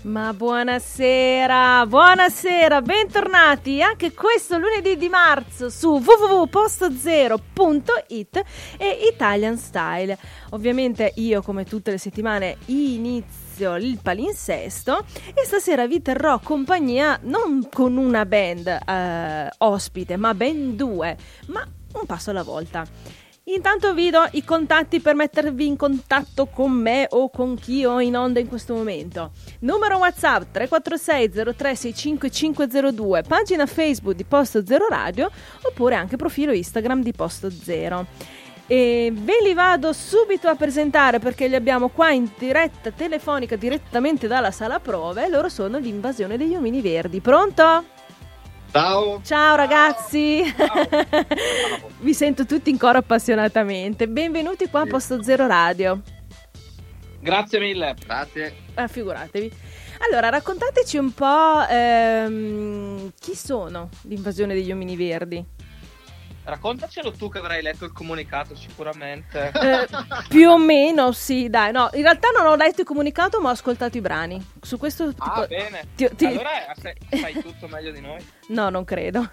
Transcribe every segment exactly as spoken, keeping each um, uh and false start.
Ma buonasera, buonasera, bentornati anche questo lunedì di marzo su w w w punto posto zero punto it e Italian Style. Ovviamente io, come tutte le settimane, inizio il palinsesto e stasera vi terrò compagnia non con una band eh, ospite, ma ben due, ma un passo alla volta. Intanto vi do i contatti per mettervi in contatto con me o con chi ho in onda in questo momento. Numero WhatsApp tre quattro sei zero tre sei cinque cinque zero due, pagina Facebook di Posto Zero Radio oppure anche profilo Instagram di Posto Zero. E ve li vado subito a presentare perché li abbiamo qua in diretta telefonica direttamente dalla sala prove. Loro sono l'Invasione degli Omini Verdi. Pronto? Ciao! Ciao ragazzi! Ciao. Ciao. Vi sento tutti in coro appassionatamente. Benvenuti qua a Posto Zero Radio. Grazie mille. Grazie. Ah, figuratevi. Allora, raccontateci un po' ehm, chi sono l'Invasione degli Omini Verdi. Raccontacelo tu che avrai letto il comunicato sicuramente. Eh, più o meno sì, dai. No, in realtà non ho letto il comunicato ma ho ascoltato i brani. Su questo ti Ah, po- bene. ti- ti- Allora sai, sai tutto meglio di noi. No, non credo.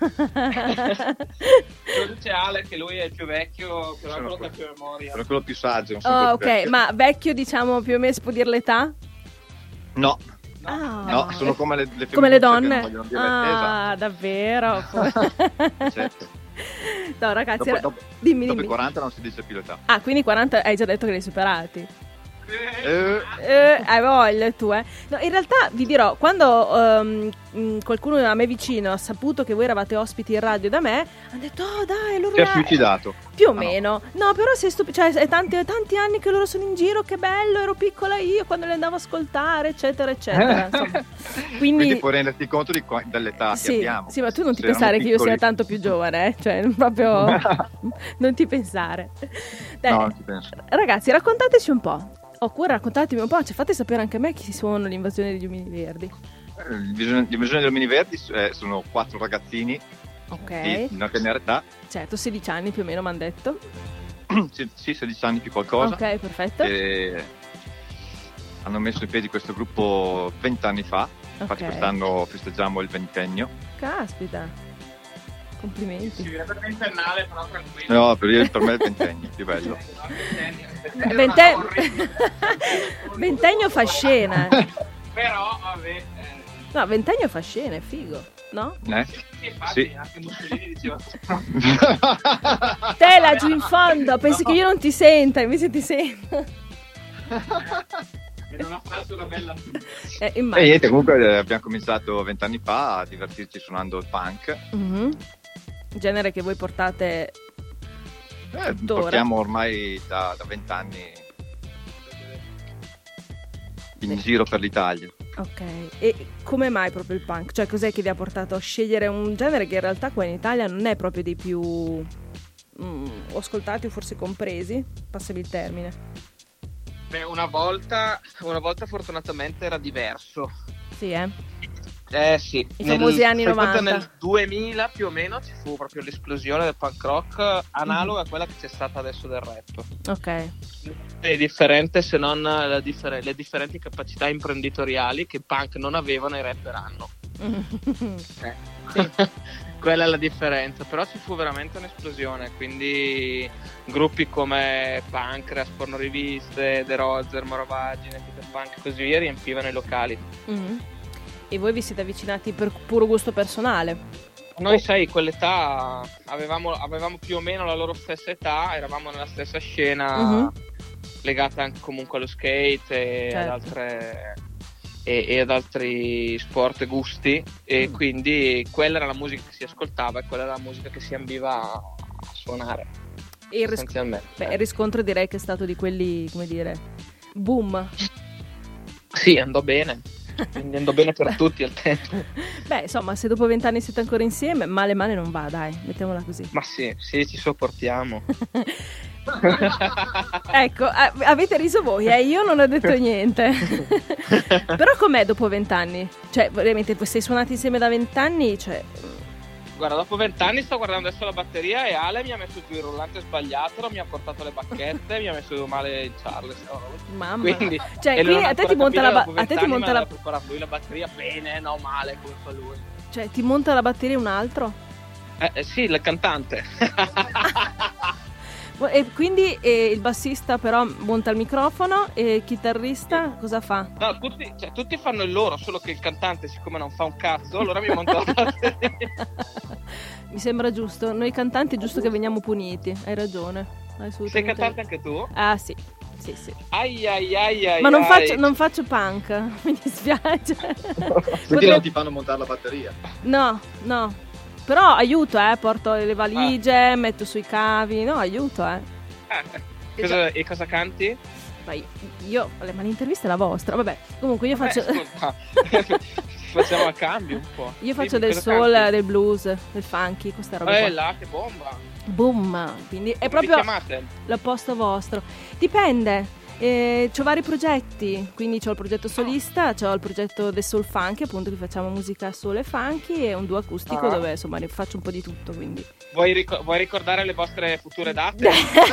Lo dice Ale che lui è il più vecchio, però quello che ha più memoria. Sono quello più saggio. Non sono Oh, quello ok, più vecchio. ma vecchio diciamo più o meno si può dire l'età? No, No. Ah. no, sono come le, le Come le femminucce donne? che non vogliono dire Ah, esatto. davvero? Certo. No, ragazzi, Dopo, era- dopo, dimmi, dopo i dimmi. quaranta non si dice più l'età. Ah, quindi quaranta hai già detto che li hai superati. Eh, Eh, hai voglia tu, eh. No, in realtà vi dirò, quando um, mh, qualcuno a me vicino ha saputo che voi eravate ospiti in radio da me, hanno detto, oh dai, loro si è là- suicidato. Più o Ah, no. meno. No, però si è stupi- cioè, è tanti, è tanti anni che loro sono in giro, che bello, ero piccola io quando li andavo a ascoltare, eccetera, eccetera. Insomma. Quindi, Quindi puoi renderti conto di qua- dell'età che sì, abbiamo. sì, ma tu non ti Se pensare erano che io sia piccoli. tanto più giovane, eh? Cioè, proprio non ti pensare. Dai, No, non ci penso. ragazzi, raccontateci un po'. Oppure raccontatemi un po', cioè fate sapere anche a me chi sono l'Invasione degli Omini Verdi. Eh, L'invasione l'invasione degli Omini Verdi eh, sono quattro ragazzini Ok, di una tenera età, certo, sedici anni più o meno mi hanno detto. sì, sì, sedici anni più qualcosa. Ok, perfetto. E hanno messo in piedi questo gruppo vent'anni fa. Infatti Ok. quest'anno festeggiamo il ventennio. Caspita, complimenti. Si vede per ventennale, però tranquillo. No, per, io- per me è il ventennio, più bello. Vente- Ventennio fa scena. Però, vabbè. eh, No, ventennio fa scena, è figo, no? Eh? Sì, infatti, Sì. anche Mussolini diceva. Te laggiù in fondo, pensi che io non ti senta, invece ti sento. E non ha fatto una bella. Eh, E immagino. niente, comunque eh, abbiamo cominciato vent'anni fa a divertirci suonando il punk. Mhm. Genere che voi portate. Eh, Tuttora. portiamo ormai da da vent'anni in Sì. giro per l'Italia. Ok, e come mai proprio il punk? Cioè, cos'è che vi ha portato a scegliere un genere che in realtà qua in Italia non è proprio dei più mm, ascoltati o forse compresi? Passami il termine. Beh, una volta, una volta fortunatamente era diverso. Sì, eh? Eh sì, I famosi anni fai conto novanta. Nel duemila più o meno ci fu proprio l'esplosione del punk rock analoga a quella che c'è stata adesso del rap. Ok. È differente se non la differ- le differenti capacità imprenditoriali che i punk non avevano e i rapper hanno. Eh. Quella è la differenza, però ci fu veramente un'esplosione, quindi gruppi come Pancreas, Porno Riviste, The Roger, Moravagine, Peter Punk e così via riempivano i locali. Mhm. E voi vi siete avvicinati per puro gusto personale? Noi sai, quell'età avevamo, avevamo più o meno la loro stessa età, eravamo nella stessa scena, Mhm. legata anche comunque allo skate e, Certo. ad altre, e, e ad altri sport e gusti, e Mm. quindi quella era la musica che si ascoltava e quella era la musica che si ambiva a, a suonare. E il, ris- Essenzialmente. beh, il riscontro direi che è stato di quelli, come dire, boom. Sì, andò bene, quindi andò bene per tutti al tempo. Beh, insomma, se dopo vent'anni siete ancora insieme, male male non va, dai, mettiamola così. Ma sì, sì, ci sopportiamo. Ecco, a- avete riso voi, eh? Io non ho detto niente. Però com'è dopo vent'anni? Cioè, veramente, voi sei suonati insieme da vent'anni, cioè, Guarda, dopo vent'anni sto guardando adesso la batteria e Ale mi ha messo giù il rullante sbagliato, mi ha portato le bacchette, mi ha messo male il Charleston. Mamma. Quindi, cioè, qui a te ti monta la ba- a te ti monta la preparato lui la batteria bene, no male, come fa lui. Cioè, ti monta la batteria un altro? Eh, eh sì, il cantante. E quindi eh, il bassista però monta il microfono e il chitarrista cosa fa? No, tutti, cioè, tutti fanno il loro, solo che il cantante, siccome non fa un cazzo, allora mi monta la batteria. Mi sembra giusto, noi cantanti è giusto che veniamo puniti, hai ragione. Sei cantante anche tu? Ah sì, sì sì. Ai ai ai ai. Ma non ai. faccio, non faccio punk, mi dispiace. Perché Potrei... non ti fanno montare la batteria? No, no. Però aiuto, eh, porto le valigie, ah. metto sui cavi, no, aiuto, eh. eh cosa, e cosa canti? Vai, io, ma l'intervista è la vostra, vabbè, comunque io faccio... Eh, facciamo a cambio un po'. Io faccio Dimmi, del soul, canti? del blues, del funky, questa roba Eh qua. là, che bomba! Boom, quindi è Come proprio vi chiamate? l'opposto vostro. Dipende. Eh, c'ho vari progetti, quindi c'ho il progetto solista, c'ho il progetto del soul funky, appunto, che facciamo musica soul e funky, e un duo acustico ah. dove insomma ne faccio un po' di tutto, quindi. Vuoi, ric- vuoi ricordare le vostre future date?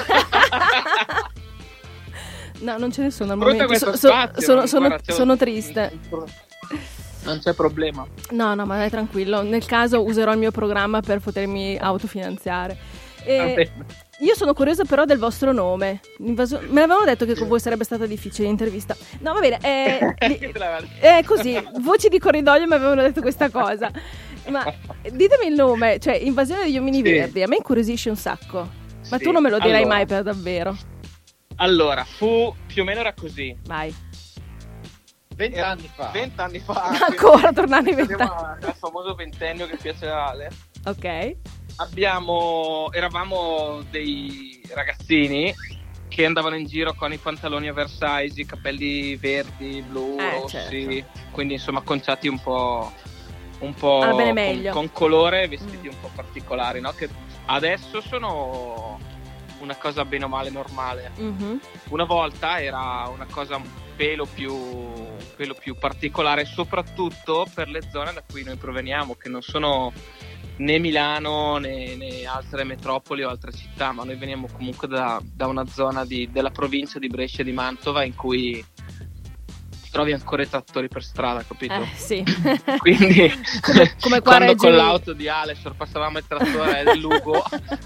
No, non ce ne sono al Sfrutta momento. questo So, spazio, sono, sono, guarda, sono triste. Non c'è problema. No, no, ma dai, tranquillo. Nel caso userò il mio programma per potermi autofinanziare. E io sono curiosa però del vostro nome. Invaso- Me l'avevano detto che con voi sarebbe stata difficile l'intervista. No, va bene. È eh, così, voci di corridoio mi avevano detto questa cosa. Ma ditemi il nome, cioè Invasione degli Omini sì. Verdi. A me incuriosisce un sacco. Ma sì. tu non me lo dirai allora. mai per davvero. Allora, fu più o meno era così. Vai. Vent'anni fa. Vent'anni fa. Ancora tornando ai vent'anni. Il famoso ventennio che piace a Ale. Ok. Abbiamo, eravamo dei ragazzini che andavano in giro con i pantaloni oversize, i capelli verdi, blu, eh, rossi, certo. quindi insomma acconciati un po', un po' ah, bene, con, meglio. con colore, vestiti mm. un po' particolari, no? Che adesso sono una cosa bene o male normale. Mm-hmm. Una volta era una cosa un pelo più, un pelo più particolare, soprattutto per le zone da cui noi proveniamo, che non sono né Milano né, né altre metropoli o altre città, ma noi veniamo comunque da, da una zona di, della provincia di Brescia e di Mantova in cui trovi ancora i trattori per strada, capito? Eh, sì. Quindi come, come quando con l'auto di Ale sorpassavamo il trattore del Lugo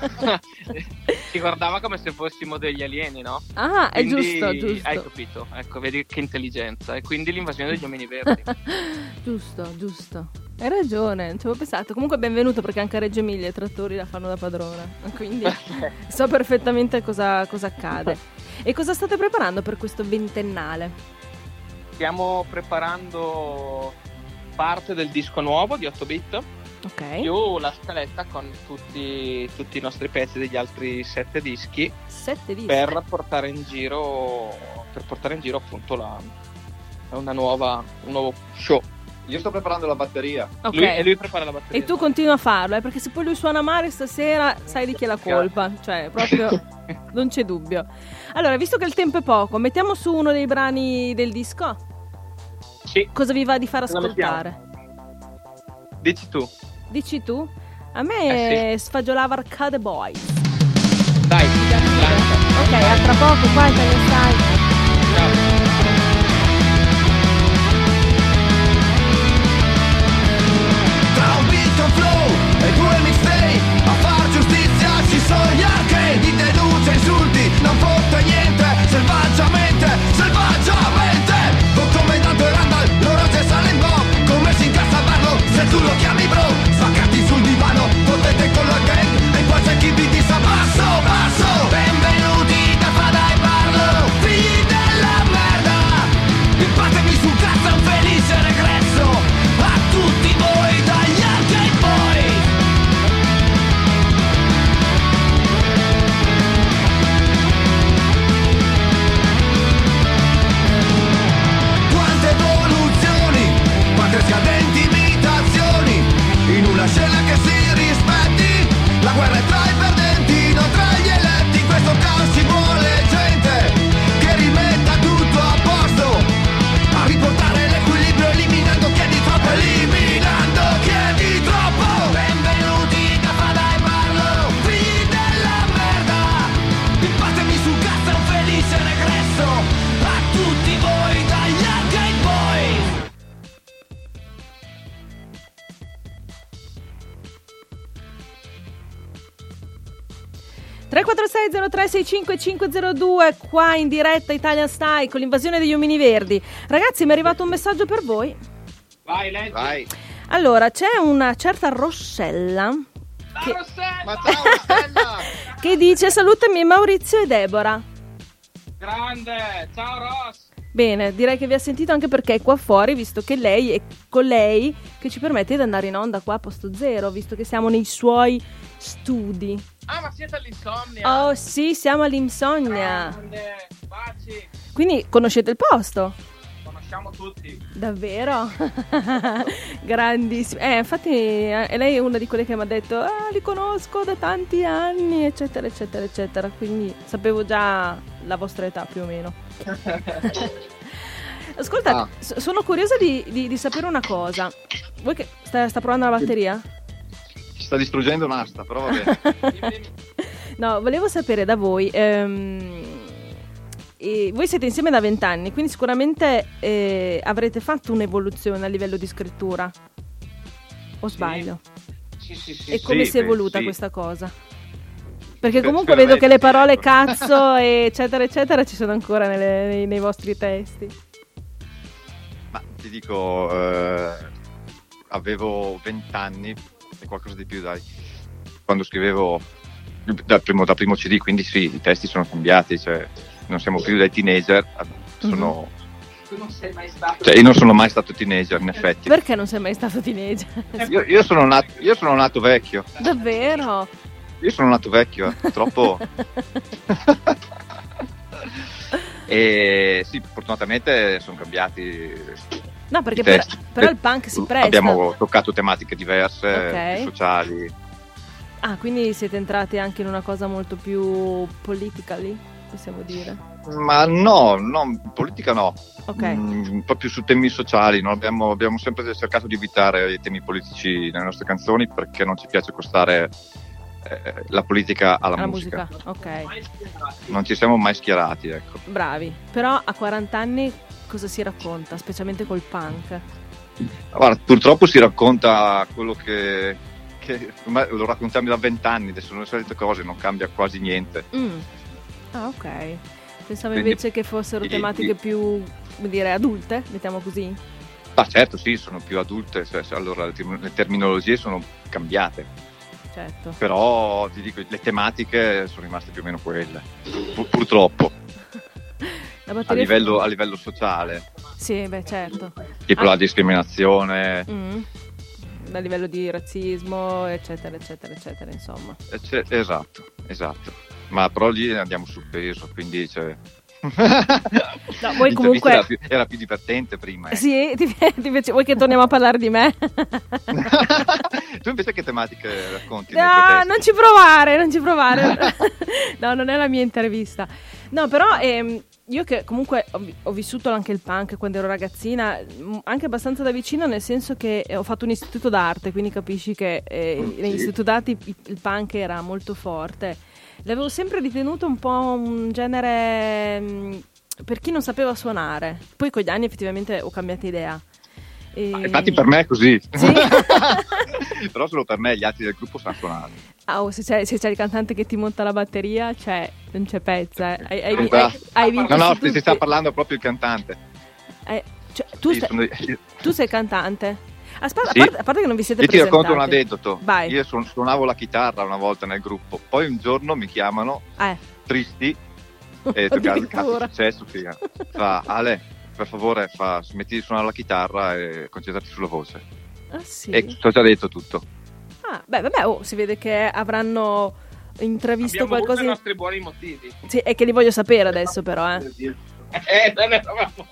ci guardava come se fossimo degli alieni, no? Ah, quindi, è giusto, giusto. Hai capito? Ecco, vedi che intelligenza. E quindi l'invasione degli Omini Verdi. Giusto, giusto. Hai ragione, non ci avevo pensato. Comunque benvenuto, perché anche a Reggio Emilia i trattori la fanno da padrona. Quindi so perfettamente cosa, cosa accade. E cosa state preparando per questo ventennale? Stiamo preparando parte del disco nuovo di otto bit, okay. più la scaletta con tutti, tutti i nostri pezzi degli altri sette dischi, sette dischi per portare in giro per portare in giro appunto la, una nuova, un nuovo show. Io sto preparando la batteria. Okay. Lui, e lui prepara la batteria. E tu continui a farlo, eh, perché se poi lui suona male stasera, sai di chi è la colpa. Cioè, proprio non c'è dubbio. Allora, visto che il tempo è poco, mettiamo su uno dei brani del disco? Sì. Cosa vi va di far ascoltare? Dici tu. Dici tu? A me eh sì. sfagiolava Arcade Boys. Dai, ok, a tra poco, qua te ne stai. Ciao. Flow e due mixtape a far giustizia ci sono gli arcade di denuncia, insulti, non fotte niente, selvaggiamente, selvaggiamente o come Dante Randall, loro c'è Silent Bob, come si incassa Barlo, se tu lo chiami bro, svaccati sul divano, potete con la gang e poi c'è chi vi dissa basso, basso, benvenuti da Fada e Barlo, tre quattro sei zero tre sei cinque cinque zero due, qua in diretta Italian Style con l'invasione degli omini verdi. Ragazzi, mi è arrivato un messaggio per voi. Vai, leggi. Vai. Allora, c'è una certa Rossella che, Ma ciao Rossella! che dice: salutami Maurizio e Deborah. Grande, ciao Ross. Bene, direi che vi ha sentito anche perché è qua fuori, visto che lei è con lei che ci permette di andare in onda qua a Posto Zero, visto che siamo nei suoi studi. Ah, ma siete all'insonnia? Oh sì, siamo all'Insonnia. Grande, baci. Quindi conoscete il posto? Conosciamo tutti. Davvero? Grandissimo. Eh, infatti eh, lei è una di quelle che mi ha detto ah, li conosco da tanti anni, eccetera, eccetera, eccetera. Quindi sapevo già la vostra età più o meno. Ascoltate, Ah. s- sono curiosa di, di, di sapere una cosa. Voi che sta, sta provando la batteria? Ci sta distruggendo un'asta, però va bene. No, volevo sapere da voi. ehm, e voi siete insieme da vent'anni, quindi sicuramente eh, avrete fatto un'evoluzione a livello di scrittura. O sbaglio? Sì, sì, sì. E come sì, si è beh, evoluta sì. questa cosa? Perché Beh, comunque vedo che le parole sicuramente sì, cazzo e eccetera eccetera ci sono ancora nelle- nei, nei vostri testi. Ma ti dico, eh, avevo vent'anni e qualcosa di più, dai, quando scrivevo dal primo, dal primo C D, quindi sì, i testi sono cambiati, cioè non siamo più dei teenager, sono... Tu non sei mai stato. Cioè, io non sono mai stato teenager, in effetti. Perché non sei mai stato teenager? Io, io sono nato, io sono nato vecchio. Davvero? Io sono nato vecchio, eh, purtroppo. E sì, fortunatamente sono cambiati. No, perché i per- testi. però il punk si presta. Abbiamo toccato tematiche diverse, Ok. più sociali. Ah, quindi siete entrati anche in una cosa molto più politically, possiamo dire. Ma no, no, politica no. Ok. Mm, un po' più su temi sociali. No? Abbiamo, abbiamo sempre cercato di evitare i temi politici nelle nostre canzoni perché non ci piace costare eh, la politica alla La musica. musica, ok. Mai schierati. Non ci siamo mai schierati, ecco. Bravi. Però a quaranta anni cosa si racconta, specialmente col punk? Guarda, purtroppo si racconta quello che, che ormai lo raccontiamo da vent'anni, adesso sono le solite cose, non cambia quasi niente. Mm. Ah, ok. Pensavo Quindi- invece che fossero i- tematiche i- più, come dire, adulte, mettiamo così. Ah, certo, sì, sono più adulte, cioè, se- allora le, term- le terminologie sono cambiate, Certo. però ti dico, le tematiche sono rimaste più o meno quelle, Pur- purtroppo, La a batteria livello, a livello sociale, Sì, beh, certo. tipo Ah. la discriminazione, Mm. A livello di razzismo, eccetera, eccetera, eccetera, insomma. ecce- esatto, esatto, ma però lì andiamo sul peso, quindi cioè... No, voi L'intervista comunque- era più, era più divertente prima, eh. Sì, ti, ti piace- vuoi che torniamo a parlare di me? Tu invece che tematiche racconti nei No, tuoi testi? non ci provare, non ci provare. No, non è la mia intervista. No, però ehm, io che comunque ho, ho vissuto anche il punk quando ero ragazzina, m- anche abbastanza da vicino, nel senso che eh, ho fatto un istituto d'arte, quindi capisci che eh, Mm, negli sì. istituti d'arte il, il punk era molto forte. L'avevo sempre ritenuto un po' un genere mh, per chi non sapeva suonare. Poi con gli anni effettivamente ho cambiato idea. E... Ah, infatti per me è così. Sì? Però solo per me, gli altri del gruppo sanno suonare. Ah, oh, se, c'è, se c'è il cantante che ti monta la batteria, cioè, non c'è pezza. Eh. Hai, hai, Comunque- hai, hai vinto No, no, su si tutti. sta parlando proprio il cantante. Eh, cioè, tu, Sì, stai- sono- io tu sei cantante? Aspetta, Sì. a, parte, a parte che non vi siete ti presentati. racconto un aneddoto. Vai. Io suon- suonavo la chitarra una volta nel gruppo, poi un giorno mi chiamano Eh. tristi e tu cazzo, cazzo è Addirittura. successo, figa? Fa, Ale, per favore, fa, smetti di suonare la chitarra e concentrati sulla voce. Ah, sì. E ti ho già detto tutto. Ah, beh, vabbè, oh, si vede che avranno intravisto Abbiamo avuto qualcosa. i in- nostri buoni motivi. Sì, è che li voglio sapere adesso, però, eh. Eh, non ne eravamo.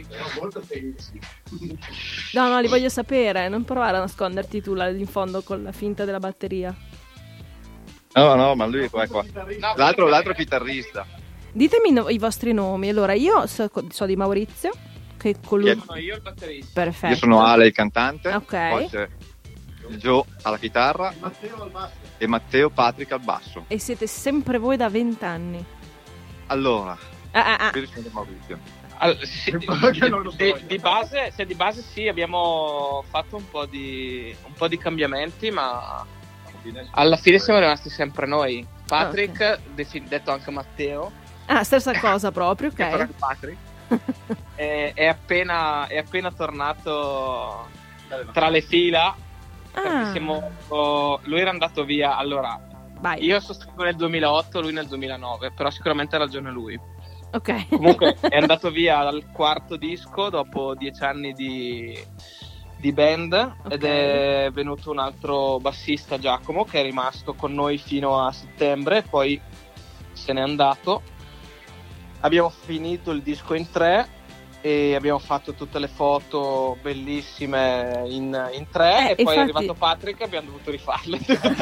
No, no, li voglio sapere. Non provare a nasconderti tu là in fondo con la finta della batteria. No, no, ma lui è qua, è qua. No, L'altro, perché- l'altro chitarrista. Ditemi no- i vostri nomi. Allora, io so, so di Maurizio, che con lui... Chi Sono io il batterista. Perfetto. Io sono Ale il cantante, Ok. poi c'è Gio alla chitarra e Matteo Patrick al basso. E siete sempre voi da vent'anni. Allora, Ah, ah, ah. qui rispondo a Maurizio. All- sì, Perché non lo so di, io. di base, se di base sì, abbiamo fatto un po' di, un po' di cambiamenti, ma alla fine siamo rimasti sempre noi. Patrick, Okay. defin- detto anche Matteo, Ah, stessa cosa proprio, che però è ok. Patrick, è, è appena, è appena tornato tra le fila, perché Ah, siamo, oh, lui era andato via, allora, vai. io sono stato nel duemilaotto, lui nel duemilanove, però sicuramente ha ragione lui. Ok. Comunque è andato via dal quarto disco dopo dieci anni di, di band, Ok. ed è venuto un altro bassista, Giacomo, che è rimasto con noi fino a settembre, poi se n'è andato. Abbiamo finito il disco in tre e abbiamo fatto tutte le foto bellissime in, in tre, Eh, e poi è infatti- arrivato Patrick e abbiamo dovuto rifarle.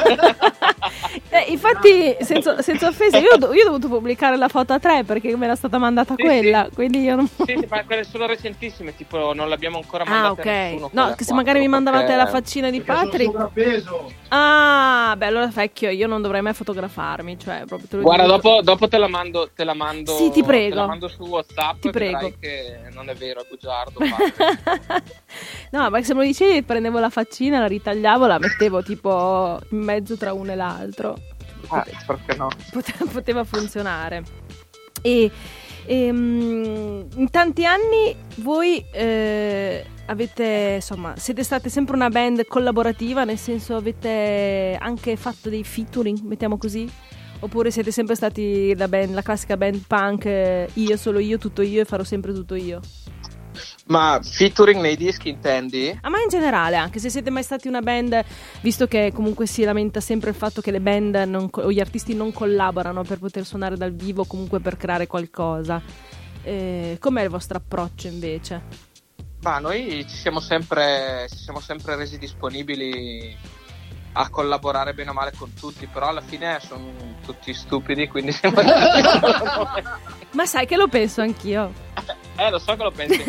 Eh, infatti, senza, senza offesa, io, ho do- io ho dovuto pubblicare la foto a tre perché me era stata mandata Sì, quella, sì. quindi io non... Sì, sì, ma quelle sono recentissime, tipo non l'abbiamo ancora Ah, mandate ok. a nessuno. No, quelle che se quattro, magari mi mandavate perché- la faccina di Patrick. Ah, beh, allora vecchio, io non dovrei mai fotografarmi, cioè proprio te lo Guarda, dico. dopo, dopo te la mando, te la mando. Sì, ti prego. Te la mando su WhatsApp. Ti e vedrai prego. che non è vero, è bugiardo. Patrick. No, ma se me lo dicevi, prendevo la faccina, la ritagliavo, la mettevo tipo in mezzo tra uno e l'altro. Ah, perché no? Pote- poteva funzionare. E, ehm, in tanti anni voi eh, avete, insomma, siete state sempre una band collaborativa, nel senso avete anche fatto dei featuring, mettiamo così? Oppure siete sempre stati la band, la classica band punk, eh, io, solo io, tutto io e farò sempre tutto io? Ma featuring nei dischi intendi? Ah, ma in generale, anche se siete mai stati una band, visto che comunque si lamenta sempre il fatto che le band non co- o gli artisti non collaborano per poter suonare dal vivo, comunque per creare qualcosa. Eh, com'è il vostro approccio invece? Ma noi ci siamo sempre, ci siamo sempre resi disponibili a collaborare bene o male con tutti, però alla fine sono tutti stupidi, quindi siamo Ma sai che lo penso anch'io. Eh, lo so che lo pensi,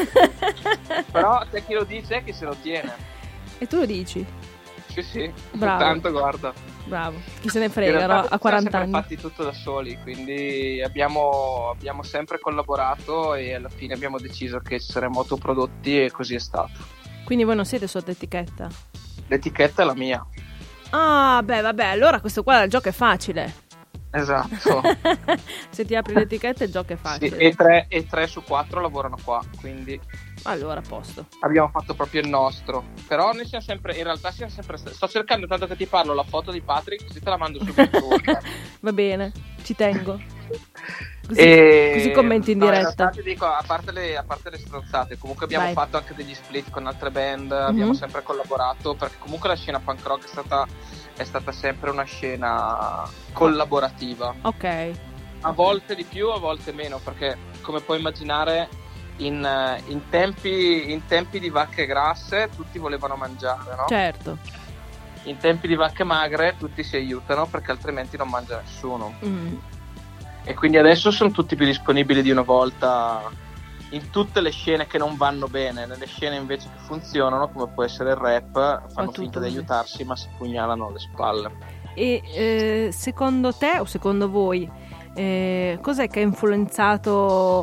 però c'è chi lo dice e chi se lo tiene. E tu lo dici? Sì, sì, Bravo. tanto guarda. Bravo. Chi se ne In frega, realtà no? A quaranta siamo sempre anni. fatti tutto da soli, quindi abbiamo, abbiamo sempre collaborato e alla fine abbiamo deciso che ci saremmo autoprodotti e così è stato. Quindi voi non siete sotto etichetta? L'etichetta è la mia. Ah, beh, vabbè, allora questo qua il gioco è facile. Esatto. Se ti apri l'etichetta il gioco è Sì, facile. e, tre, e tre su quattro lavorano qua, quindi Allora, a posto. abbiamo fatto proprio il nostro. Però noi siamo sempre, in realtà siamo sempre st- sto cercando, tanto che ti parlo, la foto di Patrick, così te la mando subito. Va bene, ci tengo. Così, E- così commenti in no, diretta. realtà ti dico, a parte le, a parte le stronzate, comunque abbiamo Vai. fatto anche degli split con altre band, abbiamo Mhm. sempre collaborato, perché comunque la scena punk rock è stata, è stata sempre una scena collaborativa. Ok. A volte di più, a volte meno, perché come puoi immaginare in, eh, in tempi, in tempi di vacche grasse tutti volevano mangiare, no? Certo. In tempi di vacche magre tutti si aiutano perché altrimenti non mangia nessuno. Mm. E quindi adesso sono tutti più disponibili di una volta in tutte le scene che non vanno bene. Nelle scene invece che funzionano, come può essere il rap, fanno tutto finta di così. aiutarsi ma si pugnalano alle spalle. E eh, secondo te o secondo voi eh, cos'è che ha influenzato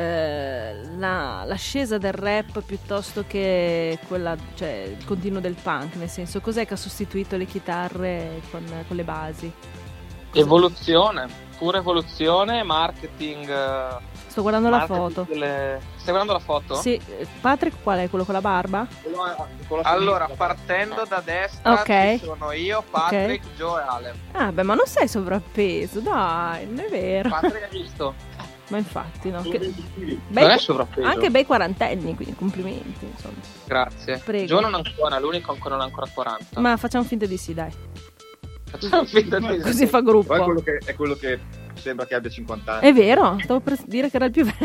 eh, la, l'ascesa del rap piuttosto che quella, cioè, il continuo del punk? Nel senso, cos'è che ha sostituito le chitarre con, con le basi? Cos'è? Evoluzione, pura evoluzione, marketing. eh, Sto guardando la marketing foto. delle- Stai guardando la foto? Sì, eh, Patrick qual è? Quello con la barba? Allora, partendo da destra Ok. ci sono io, Patrick, Joe e Ale. Ah, beh, ma non sei sovrappeso, dai, non è vero. Patrick hai visto? Ma infatti, no. Che... Non Bei- è sovrappeso. anche bei quarantenni, quindi complimenti, insomma. Grazie. Prego. Joe non ancora, l'unico ancora non ha ancora quaranta. Ma facciamo finta di sì, dai. Facciamo finta di- Così fa gruppo. Poi è quello che, è quello che sembra che abbia cinquanta anni. È vero, stavo per dire che era il più vecchio.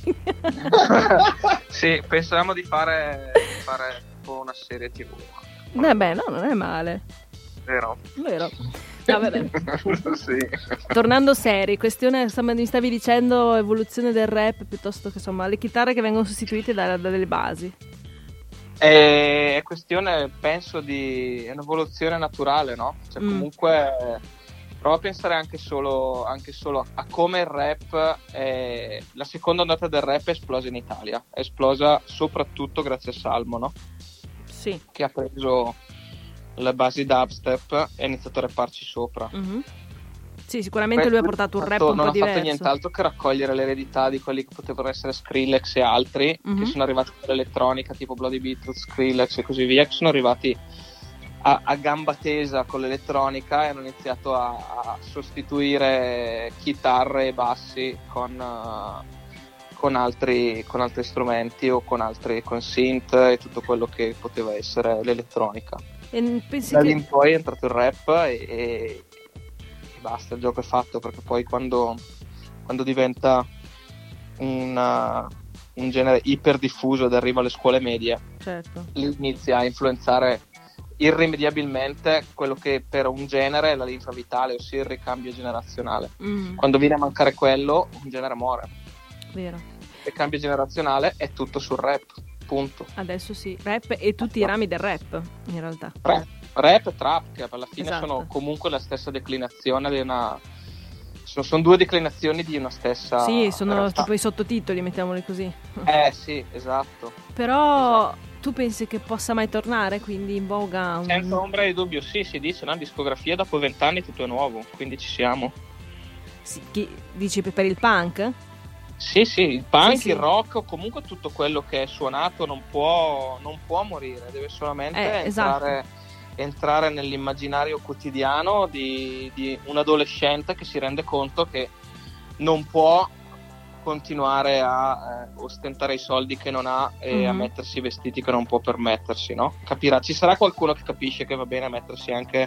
Sì, pensavamo di fare, di fare tipo una serie tivù. Vabbè, no, non è male. Vero? Vero. No, vabbè. Sì. Tornando seri, questione, insomma, mi stavi dicendo evoluzione del rap piuttosto che, insomma, le chitarre che vengono sostituite da- dalle basi. È questione, penso, di è un'evoluzione naturale, no? Cioè, Mm. comunque, prova a pensare anche solo, anche solo a come il rap, è... la seconda ondata del rap è esplosa in Italia. È esplosa soprattutto grazie a Salmo, no? Sì. Che ha preso le basi dubstep e ha iniziato a rapparci sopra. Mhm. Sì, sicuramente lui ha portato un rap un po' non ha diverso. fatto nient'altro che raccogliere l'eredità di quelli che potevano essere Skrillex e altri, mm-hmm. che sono arrivati all'elettronica, tipo Bloody Beetroot, Skrillex e così via, che sono arrivati a, a gamba tesa con l'elettronica e hanno iniziato a, a sostituire chitarre e bassi con, uh, con, altri, con altri strumenti o con altri con synth e tutto quello che poteva essere l'elettronica. E pensi da che... lì in poi è entrato il rap e, e, e basta, il gioco è fatto, perché poi quando, quando diventa una, un genere iper diffuso ed arriva alle scuole medie, certo. inizia a influenzare irrimediabilmente quello che per un genere è la linfa vitale, ossia il ricambio generazionale. Mm. Quando viene a mancare quello, un genere muore. Vero. Il ricambio generazionale è tutto sul rap, punto. Adesso sì, rap e tutti i rami del rap, in realtà. Rap, rap e trap, che alla fine esatto. sono comunque la stessa declinazione di una... Sono, sono due declinazioni di una stessa... Sì, sono realtà. Tipo i sottotitoli, mettiamoli così. Eh sì, esatto. Però... Esatto. Tu pensi che possa mai tornare, quindi in voga? Un... Senza ombra di dubbio, sì, si dice, no? Discografia dopo vent'anni tutto è nuovo, quindi ci siamo. Sì, chi, dici per il punk? Sì, sì, il punk, sì, sì. il rock, o comunque tutto quello che è suonato non può, non può morire, deve solamente eh, entrare, esatto. entrare nell'immaginario quotidiano di, di un adolescente che si rende conto che non può continuare a eh, ostentare i soldi che non ha e mm-hmm. a mettersi i vestiti che non può permettersi, no? Capirà, ci sarà qualcuno che capisce che va bene mettersi anche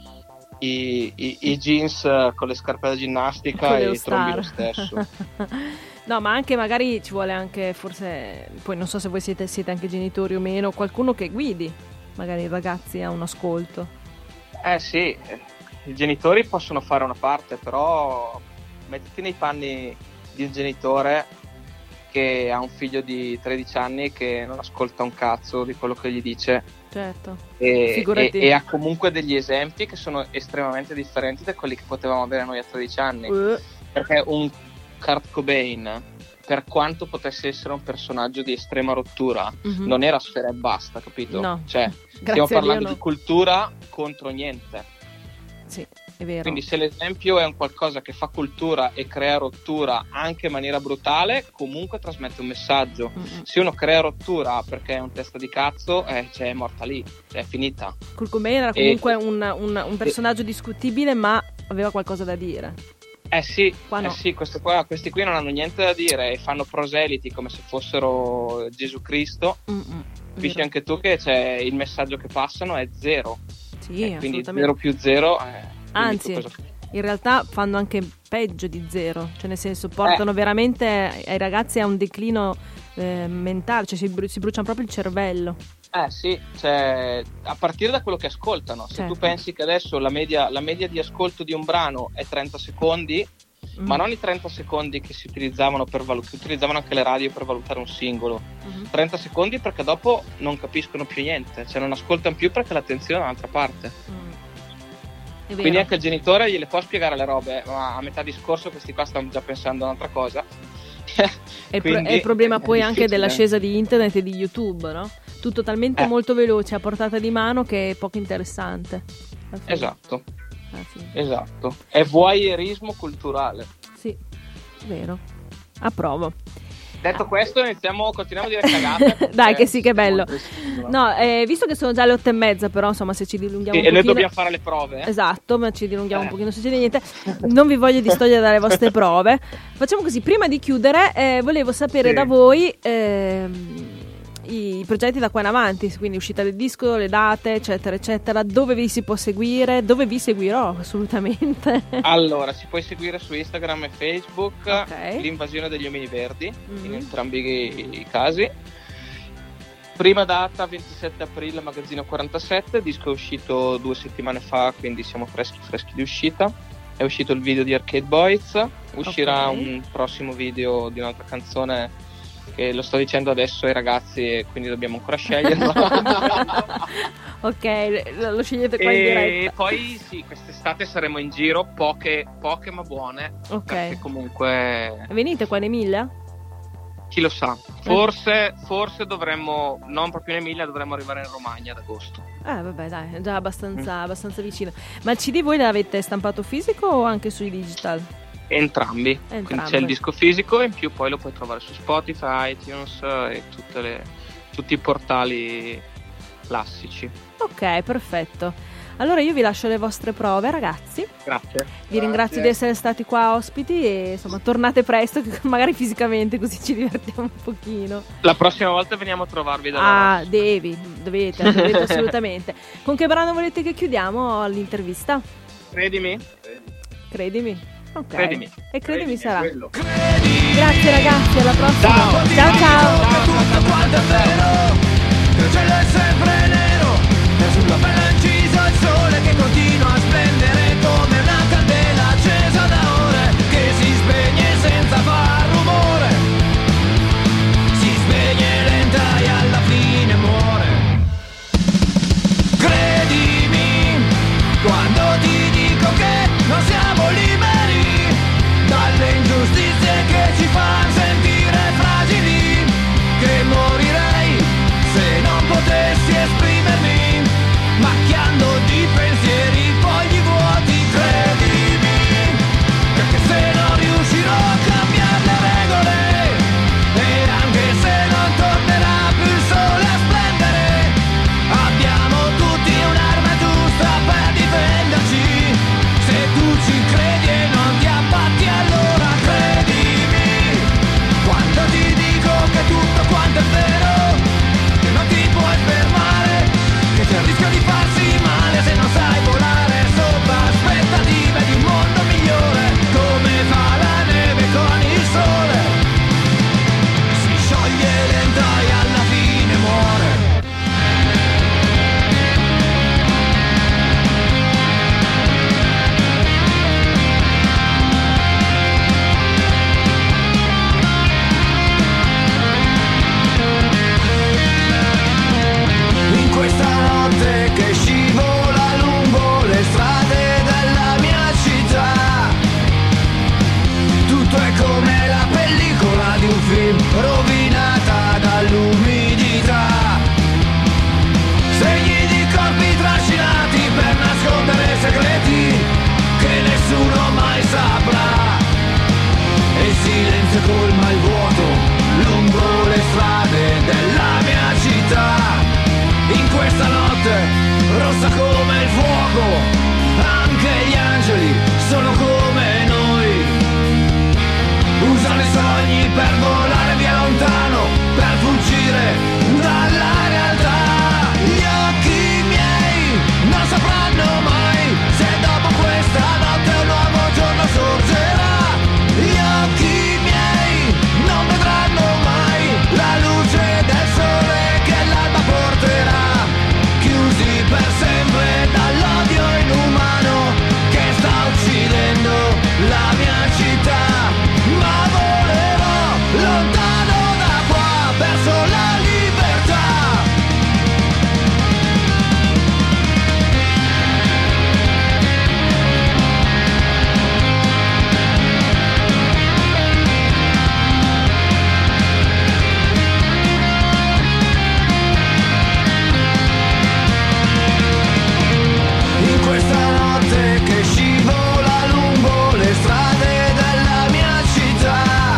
i, i, i jeans con le scarpe da ginnastica e i trombi lo stesso. No, ma anche magari ci vuole anche, forse, poi non so se voi siete, siete anche genitori o meno, qualcuno che guidi magari i ragazzi a un ascolto. Eh sì, i genitori possono fare una parte, però mettiti nei panni di un genitore che ha un figlio di tredici anni che non ascolta un cazzo di quello che gli dice, certo. e, e, e ha comunque degli esempi che sono estremamente differenti da quelli che potevamo avere noi a tredici anni, uh. perché un Kurt Cobain, per quanto potesse essere un personaggio di estrema rottura, mm-hmm. non era sfera e basta, capito? No. Cioè, stiamo parlando di cultura contro niente. Sì, è vero. Quindi se l'esempio è un qualcosa che fa cultura e crea rottura anche in maniera brutale, comunque trasmette un messaggio. Mm-hmm. Se uno crea rottura perché è un testa di cazzo, eh, cioè, è morta lì, cioè, è finita. Kurt Cobain era comunque e, un, un, un personaggio e, discutibile, ma aveva qualcosa da dire. Eh sì, qua no. eh sì questo qua, questi qui non hanno niente da dire e fanno proseliti come se fossero Gesù Cristo. Capisci anche tu che c'è il messaggio che passano è zero. Sì, eh, quindi zero più zero. Eh, Anzi, cosa... in realtà fanno anche peggio di zero, cioè nel senso portano eh. veramente ai ragazzi a un declino eh, mentale, cioè si, bru- si bruciano proprio il cervello. Eh sì, cioè, a partire da quello che ascoltano. Se certo. tu pensi che adesso la media, la media di ascolto di un brano è trenta secondi, mm. ma non i trenta secondi che si utilizzavano per valut- che utilizzavano anche le radio per valutare un singolo, mm-hmm. trenta secondi perché dopo non capiscono più niente, cioè non ascoltano più perché l'attenzione è da un'altra parte. Mm. Quindi anche il genitore gliele può spiegare le robe, ma a metà discorso questi qua stanno già pensando a un'altra cosa. È, pro- è il problema poi anche dell'ascesa di internet e di YouTube, no? Tutto talmente eh. molto veloce, a portata di mano, che è poco interessante. Esatto. Esatto. È voyeurismo culturale. Sì, vero. Approvo. Detto questo, iniziamo, continuiamo a dire cagate. Dai, che sì, che bello. No, eh, visto che sono già le otto e mezza, però insomma, se ci dilunghiamo sì, un pochino. E noi dobbiamo fare le prove. Eh? Esatto, ma ci dilunghiamo eh. un pochino, non succede niente. Non vi voglio distogliere dalle vostre prove. Facciamo così, prima di chiudere, eh, volevo sapere sì. da voi eh, i progetti da qua in avanti, quindi uscita del disco, le date, eccetera, eccetera. Dove vi si può seguire? Dove vi seguirò, assolutamente. Allora, si può seguire su Instagram e Facebook, okay. L'invasione degli Omini Verdi, mm-hmm. in entrambi i casi. Prima data ventisette aprile, Magazzino quarantasette, disco è uscito due settimane fa, quindi siamo freschi freschi di uscita. È uscito il video di Arcade Boys, uscirà okay. un prossimo video di un'altra canzone che lo sto dicendo adesso ai ragazzi e quindi dobbiamo ancora sceglierlo. Ok, lo scegliete qua e in diretta. E poi sì, quest'estate saremo in giro, poche, poche ma buone. Ok. Perché comunque... Venite qua in Emilia? chi lo sa, forse, forse dovremmo, non proprio in Emilia, dovremmo arrivare in Romagna ad agosto. Eh vabbè dai, è già abbastanza, mm. abbastanza vicino. Ma il C D voi l'avete stampato fisico o anche sui digital? Entrambi. Entrambi. Quindi c'è il disco fisico e in più poi lo puoi trovare su Spotify, iTunes e tutte le, tutti i portali classici. Ok, perfetto. Allora io vi lascio le vostre prove, ragazzi. Grazie. Vi ringrazio di essere stati qua ospiti e insomma tornate presto, magari fisicamente, così ci divertiamo un pochino. La prossima volta veniamo a trovarvi da Ah, Ross. devi, dovete, dovete assolutamente. Con che brano volete che chiudiamo l'intervista? Credimi. Credimi. Ok. Credimi. E credimi, credimi sarà. Credimi. Grazie ragazzi, alla prossima. Ciao. Ciao ciao. Tutto quanto è vero, che il cielo è sempre nero, e sulla pelle incisa il sole che continua a splendere come una candela accesa da ore, che si spegne senza far rumore, si spegne lenta e alla fine muore. Credimi quando ti dico che non siamo liberi dalle ingiustizie che ci fanno sentire fragili, che morirei se non potessi esprimermi, macchiando di pensieri fogli vuoti. Credimi, perché se non riuscirò a cambiare le regole, e anche se non tornerà più il sole a splendere, abbiamo tutti un'arma giusta per difenderci. Se tu ci credi e non ti abbatti, allora credimi quando ti dico che tutto quanto è vero, che non ti puoi fermare, che c'è il rischio di farsi male se non sai volare sopra aspettative di un mondo migliore, come fa la neve con il sole, si scioglie lenta e alla fine muore. In questa notte che scivola lungo le strade della mia città, tutto è come la pellicola di un film rovinata dall'umidità, segni di corpi trascinati per nascondere segreti che nessuno mai saprà, e il silenzio colma il vuoto lungo le strade della mia città. In questa notte rossa come il fuoco, anche gli angeli sono come noi, usano i sogni per volare via lontano, per fuggire dalla realtà. Gli occhi miei non sapranno mai se dopo questa notte un nuovo giorno sorgerà. Gli occhi miei non vedranno mai la luce del sole che l'alba porterà, chiusi per sempre dall'odio inumano che sta uccidendo la mia città. Ma volerò lontano da qua verso la libertà. In questa notte che scivola lungo le strade della mia città,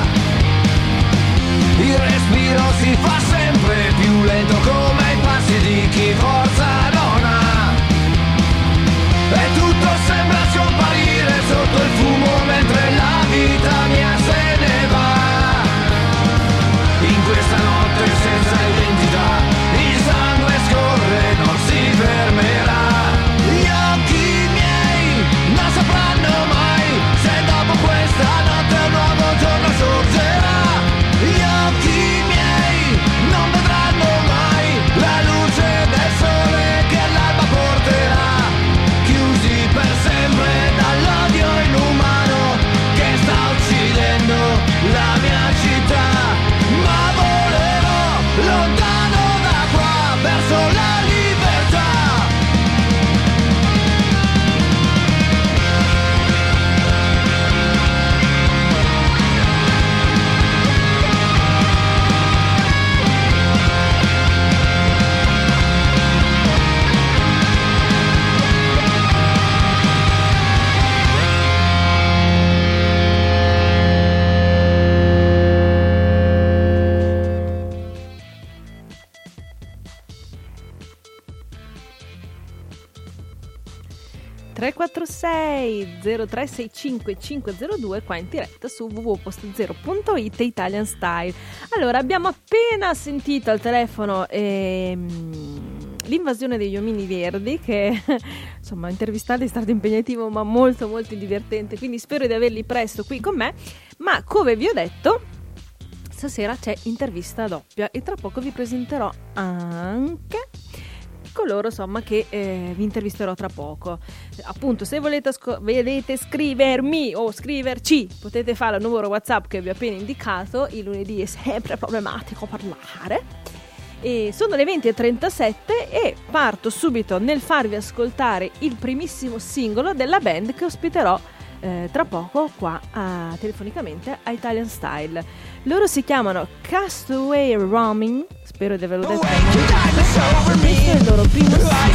il respiro si fa sempre più lento come i passi di chi forza non ha, e tutto sembra scomparire sotto il fumo mentre la vita mia se ne va. In questa notte senza identità il sangue scorre, non si fermerà. Gli occhi miei non sapranno mai se dopo questa notte un nuovo giorno sorgerà. Gli occhi miei non vedranno mai la luce del sole che l'alba porterà, chiusi per sempre dall'odio inumano che sta uccidendo la mia città. Ma volerò lontano da qua verso la libertà. sei zero tre sei cinque cinque zero due qua in diretta su w w w punto posto zero punto it Italian Style. Allora, abbiamo appena sentito al telefono ehm, l'invasione degli omini verdi, che insomma intervistarli è stato impegnativo ma molto molto divertente, quindi spero di averli presto qui con me. Ma come vi ho detto, stasera c'è intervista doppia e tra poco vi presenterò anche coloro insomma che eh, vi intervisterò tra poco. Appunto, se volete, asco- volete scrivermi o scriverci, potete fare al numero WhatsApp che vi ho appena indicato. Il lunedì è sempre problematico parlare. E sono le venti e trentasette e parto subito nel farvi ascoltare il primissimo singolo della band che ospiterò eh, tra poco qua a, telefonicamente a Italian Style. Loro si chiamano Castaway Roaming, spero di averlo detto. Questo è il loro primo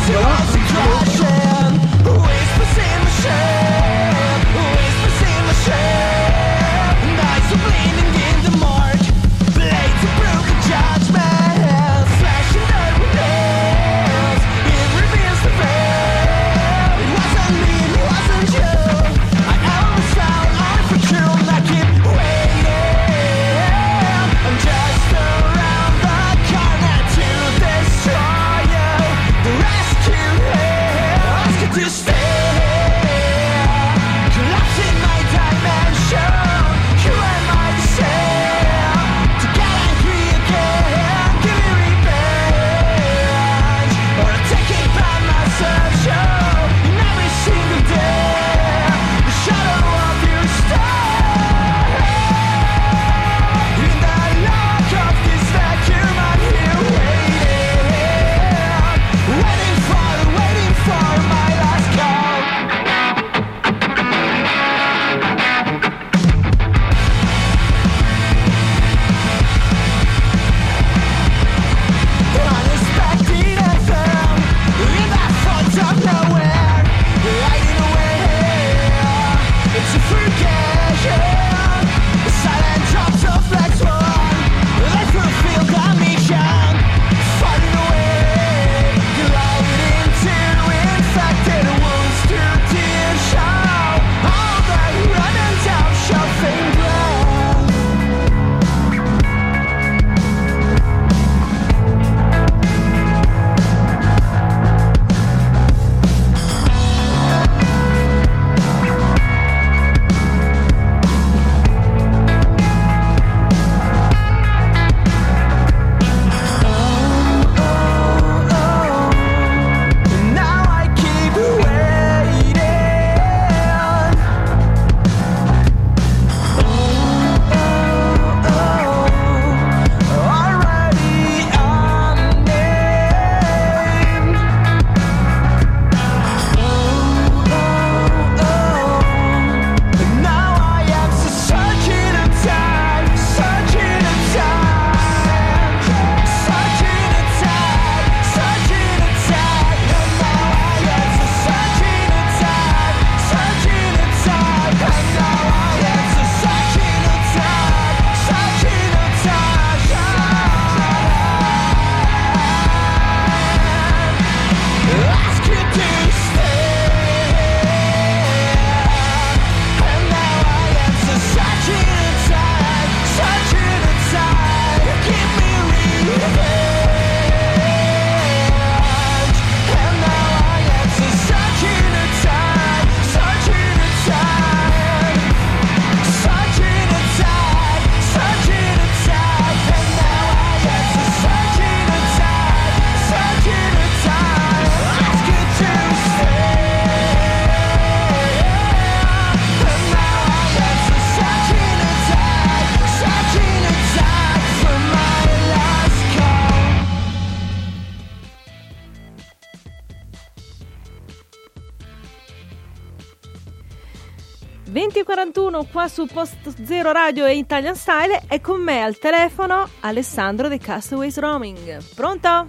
venti e quarantuno qua su Posto Zero Radio e Italian Style. E con me al telefono Alessandro dei Castaways Roaming. Pronto?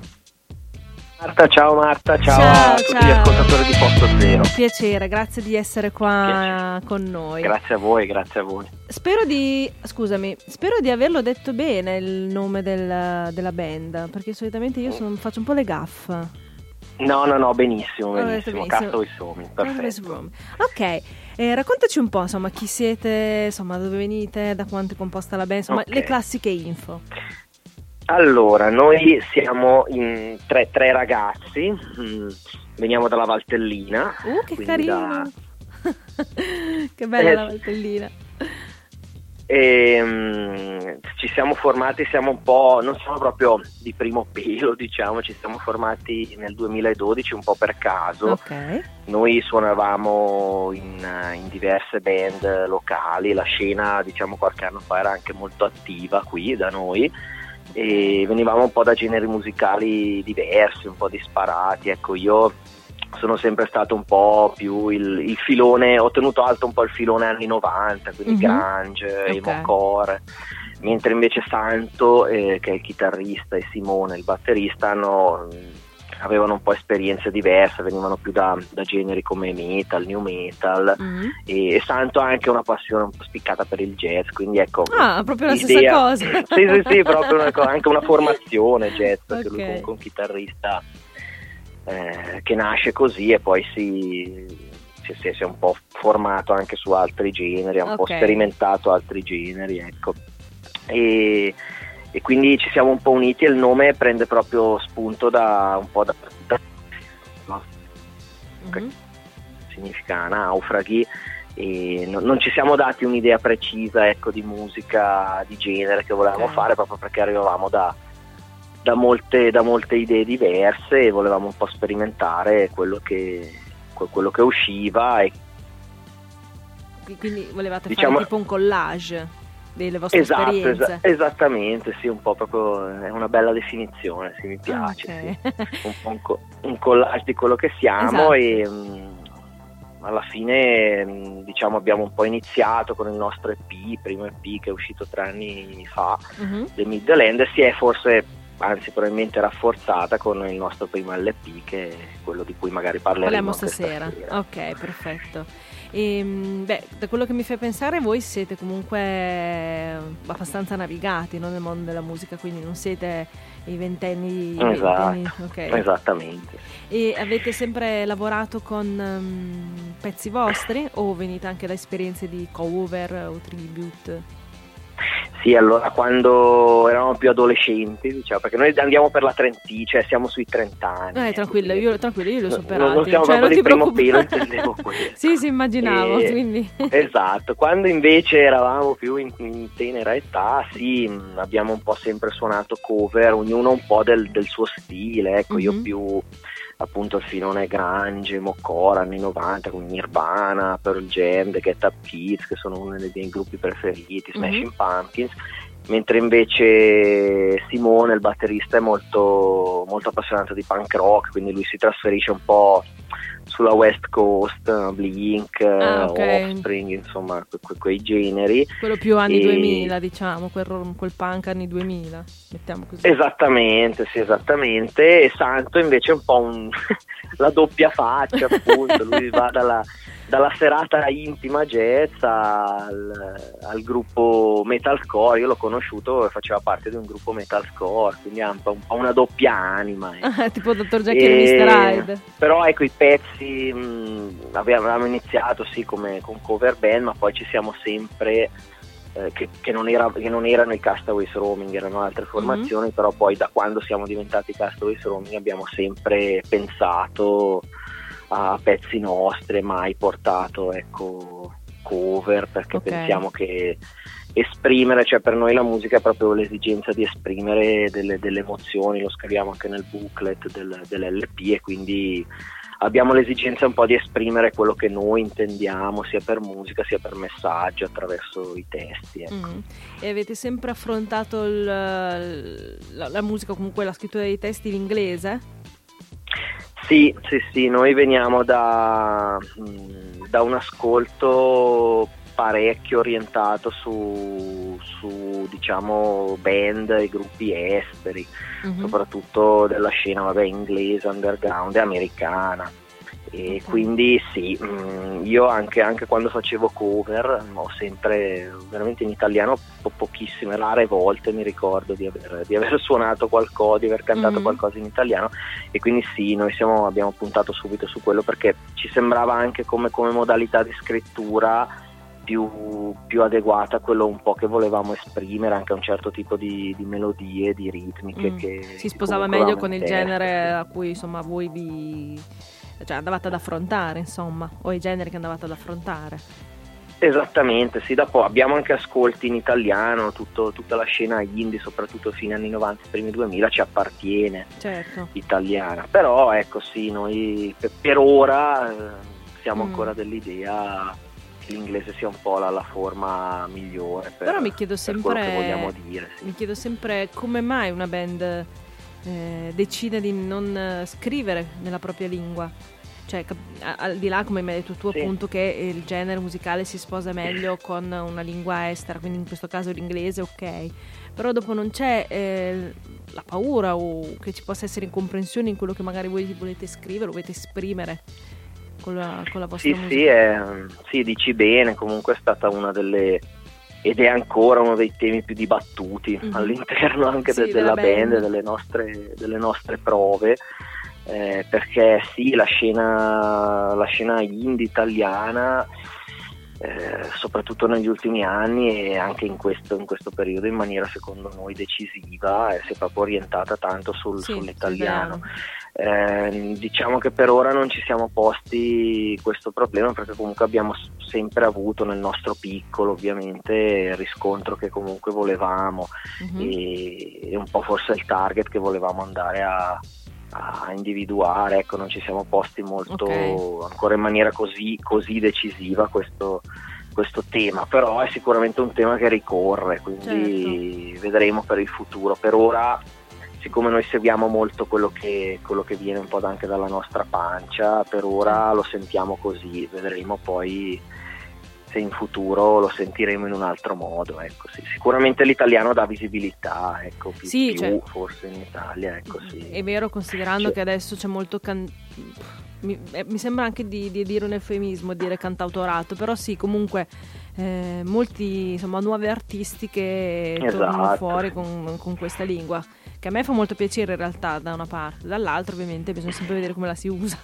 Marta, ciao Marta, ciao, ciao a tutti ciao. Gli ascoltatori di Posto Zero. Piacere, grazie di essere qua Piacere. con noi. Grazie a voi, grazie a voi. Spero di, scusami, spero di averlo detto bene il nome del, della band, perché solitamente io sono, faccio un po' le gaffe. No, no, no, benissimo, Oh, benissimo. benissimo. Castaway Roaming, perfetto. Room. Ok, eh, raccontaci un po', insomma, chi siete, insomma, dove venite, da quanto è composta la band, insomma, Ok. le classiche info. Allora, noi siamo in tre, tre ragazzi, mm, veniamo dalla Valtellina. Uh, che quindi carino! da- Che bella Eh, la Valtellina. E, mm, ci siamo formati, siamo un po', non siamo proprio di primo pelo, diciamo, ci siamo formati nel duemiladodici un po' per caso. Ok. Noi suonavamo in, in diverse band locali, la scena, diciamo, qualche anno fa era anche molto attiva qui da noi e venivamo un po' da generi musicali diversi, un po' disparati. Ecco, io sono sempre stato un po' più il, il filone, ho tenuto alto un po' il filone anni novanta, quindi Mhm. grunge, Ok. emo-core, mentre invece Santo, eh, che è il chitarrista, e Simone, il batterista, hanno, avevano un po' esperienze diverse, venivano più da, da generi come metal, new metal, Mm. e, e Santo ha anche una passione un po' spiccata per il jazz, quindi ecco. Ah, proprio la stessa l'idea- cosa. sì, sì, sì, proprio una co- anche una formazione jazz, perché lui Ok. è comunque un chitarrista eh, che nasce così e poi si, si, si- si è un po' formato anche su altri generi, ha un po' Ok. sperimentato altri generi, ecco. E, e quindi ci siamo un po' uniti e il nome prende proprio spunto da un po' da, da no? Mhm. significa naufraghi, e non, non ci siamo dati un'idea precisa, ecco, di musica, di genere che volevamo Ok. fare, proprio perché arrivavamo da, da molte, da molte idee diverse e volevamo un po' sperimentare quello che, que- quello che usciva e Quindi volevate Diciamo- fare tipo un collage delle vostre esatto, esperienze. esa- esattamente, sì, un po' proprio, è una bella definizione, sì, mi piace, Ok. sì. un po' un, co- un collage di quello che siamo. Esatto. E mh, alla fine mh, diciamo abbiamo un po' iniziato con il nostro E P, il primo E P che è uscito tre anni fa, Mhm. The Midland, e si è forse, anzi probabilmente rafforzata con il nostro primo L P, che è quello di cui magari parleremo Parliamo anche stasera. stasera. Ok, perfetto. E, beh, da quello che mi fai pensare, voi siete comunque abbastanza navigati, no, nel mondo della musica, quindi non siete i ventenni. Esatto, ventenni, ok. esattamente. E avete sempre lavorato con um, pezzi vostri o venite anche da esperienze di cover o tribute? Sì, allora quando eravamo più adolescenti, diciamo, perché noi andiamo per la trentina, cioè siamo sui trenta anni. Eh, ecco, tranquillo, quindi- io, tranquillo, io li ho No, superati. non siamo cioè, proprio non di ti primo preoccupare. pelo, intendevo questo. Sì, sì, immaginavo, E- quindi. Esatto, quando invece eravamo più in, in tenera età, sì, mh, abbiamo un po' sempre suonato cover, ognuno un po' del, del suo stile, ecco, io Mhm. più appunto il filone grunge, mocore, anni novanta, come Nirvana, Pearl Jam, The Get Up Kids, che sono uno dei miei gruppi preferiti, Smashing Mhm. Pumpkins, mentre invece Simone, il batterista, è molto, molto appassionato di punk rock, quindi lui si trasferisce un po' sulla West Coast, Blink, Ah, ok. Offspring, insomma que- que- quei generi. Quello più anni E- duemila, diciamo, quel, ro- quel punk anni duemila, mettiamo così. Esattamente, sì, esattamente. E Santo invece è un po' un la doppia faccia, appunto. Lui va dalla, dalla serata intima jazz al, al gruppo metalcore. Io l'ho conosciuto e faceva parte di un gruppo metalcore, quindi ha un po', un po' una doppia anima, ecco. Ah, tipo dottor Jekyll e E- mister Hyde. Però ecco, i pezzi mh, avevamo iniziato sì come con cover band, ma poi ci siamo sempre eh, che, che, non era, che non erano i Castaways Roaming, erano altre formazioni, però poi da quando siamo diventati Castaways Roaming abbiamo sempre pensato a pezzi nostri, mai portato, ecco, cover, perché Ok. pensiamo che esprimere, cioè per noi la musica è proprio l'esigenza di esprimere delle, delle emozioni, lo scriviamo anche nel booklet del, dell'L P, e quindi abbiamo l'esigenza un po' di esprimere quello che noi intendiamo, sia per musica sia per messaggio, attraverso i testi, ecco. Mm. E avete sempre affrontato il- la, la musica, comunque la scrittura dei testi in inglese? Sì, sì, sì, noi veniamo da, mh, da un ascolto parecchio orientato su, su diciamo band e gruppi esteri, Mhm. soprattutto della scena, vabbè, inglese, underground e americana. E Ok. quindi sì, mh, io anche, anche quando facevo cover ho sempre, veramente in italiano, po- pochissime, rare volte mi ricordo di aver, di aver suonato qualcosa, di aver cantato Mhm. qualcosa in italiano, e quindi sì, noi siamo, abbiamo puntato subito su quello perché ci sembrava anche come, come modalità di scrittura più, più adeguata a quello un po' che volevamo esprimere, anche a un certo tipo di, di melodie, di ritmiche Mm. che Si sposava comunque meglio avevamo con in il testa, genere sì. a cui insomma voi vi cioè andavate ad affrontare, insomma, o i generi che andavate ad affrontare. Esattamente, sì, dopo abbiamo anche ascolti in italiano, tutto- tutta la scena indie, soprattutto fine anni novanta, primi duemila, ci appartiene, Certo. italiana, però ecco sì, noi per, per ora eh, siamo Mm. ancora dell'idea che l'inglese sia un po' la, la forma migliore per, Però mi chiedo per quello che sempre vogliamo dire, sì. mi chiedo sempre come mai una band eh, decide di non eh, scrivere nella propria lingua. Cioè, cap- a- al di là, come mi hai detto tu, Sì. appunto, che il genere musicale si sposa meglio con una lingua estera, quindi in questo caso l'inglese, ok. Però dopo non c'è eh, la paura o che ci possa essere incomprensione in quello che magari voi volete scrivere o volete esprimere con la, con la vostra Sì, musica. sì, è, sì, dici bene, comunque è stata una delle, ed è ancora uno dei temi più dibattuti Mhm. all'interno anche Sì, de- della, della band. band, delle nostre, delle nostre prove, eh, perché sì, la scena, la scena indie italiana, eh, soprattutto negli ultimi anni e anche in questo, in questo periodo in maniera secondo noi decisiva, eh, si è proprio orientata tanto sul, Sì, sull'italiano. sul italiano. Eh, diciamo che per ora non ci siamo posti questo problema perché comunque abbiamo s- sempre avuto nel nostro piccolo ovviamente il riscontro che comunque volevamo Mhm. e, e un po' forse il target che volevamo andare a, a individuare, ecco, non ci siamo posti molto Ok. ancora in maniera così, così decisiva questo, questo tema, però è sicuramente un tema che ricorre, quindi Certo. vedremo per il futuro. Per ora, siccome noi seguiamo molto quello che, quello che viene un po' anche dalla nostra pancia, per ora lo sentiamo così, vedremo poi se in futuro lo sentiremo in un altro modo, ecco, sì. Sicuramente l'italiano dà visibilità, ecco, più, Sì, più cioè- forse in Italia, ecco, sì. È vero, considerando Sì. che adesso c'è molto can- mi, eh, mi sembra anche di, di dire un eufemismo dire cantautorato, però sì, comunque eh, molti insomma nuovi artisti che tornano Esatto. fuori con, con questa lingua, che a me fa molto piacere in realtà da una parte, dall'altra ovviamente bisogna sempre vedere come la si usa.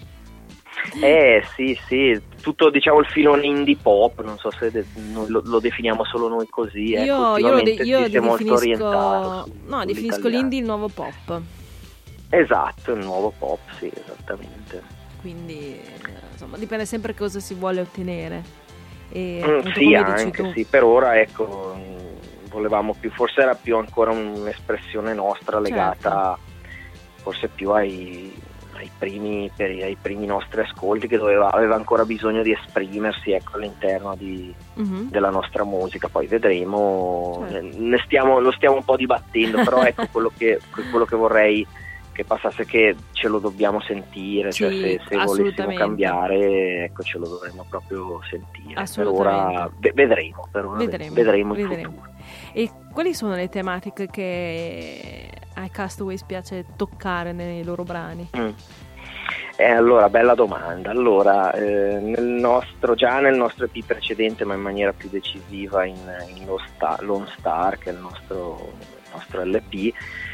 Eh sì, sì, tutto diciamo il filone indie pop, non so se de- non lo, lo definiamo solo noi così, ecco, io io, lo de- ultimamente io si è molto definisco orientato su- no, definisco sull'italiano. l'indie il nuovo pop, Esatto, il nuovo pop, sì, esattamente. quindi eh, insomma dipende sempre cosa si vuole ottenere. E Mm, appunto, sì, come dici anche tu. sì, per ora ecco, mh, volevamo più, forse era più ancora un'espressione nostra legata forse più ai, ai primi per, ai primi nostri ascolti, che doveva, aveva ancora bisogno di esprimersi, ecco, all'interno di, Mhm. della nostra musica. Poi vedremo, Certo. ne stiamo, lo stiamo un po' dibattendo, però ecco quello che, quello che vorrei che passasse, che ce lo dobbiamo sentire, Sì, cioè se, se volessimo assolutamente. cambiare, ecco, ce lo dovremmo proprio sentire. Per Assolutamente. ora ve- vedremo, per ora Vedremo, vedremo il vedremo. futuro. E quali sono le tematiche che ai Castaways piace toccare nei loro brani? Mm. Eh, allora, bella domanda. Allora, eh, nel nostro, già nel nostro E P precedente, ma in maniera più decisiva in, in Lone Star, Lone Star, che è il nostro, il nostro L P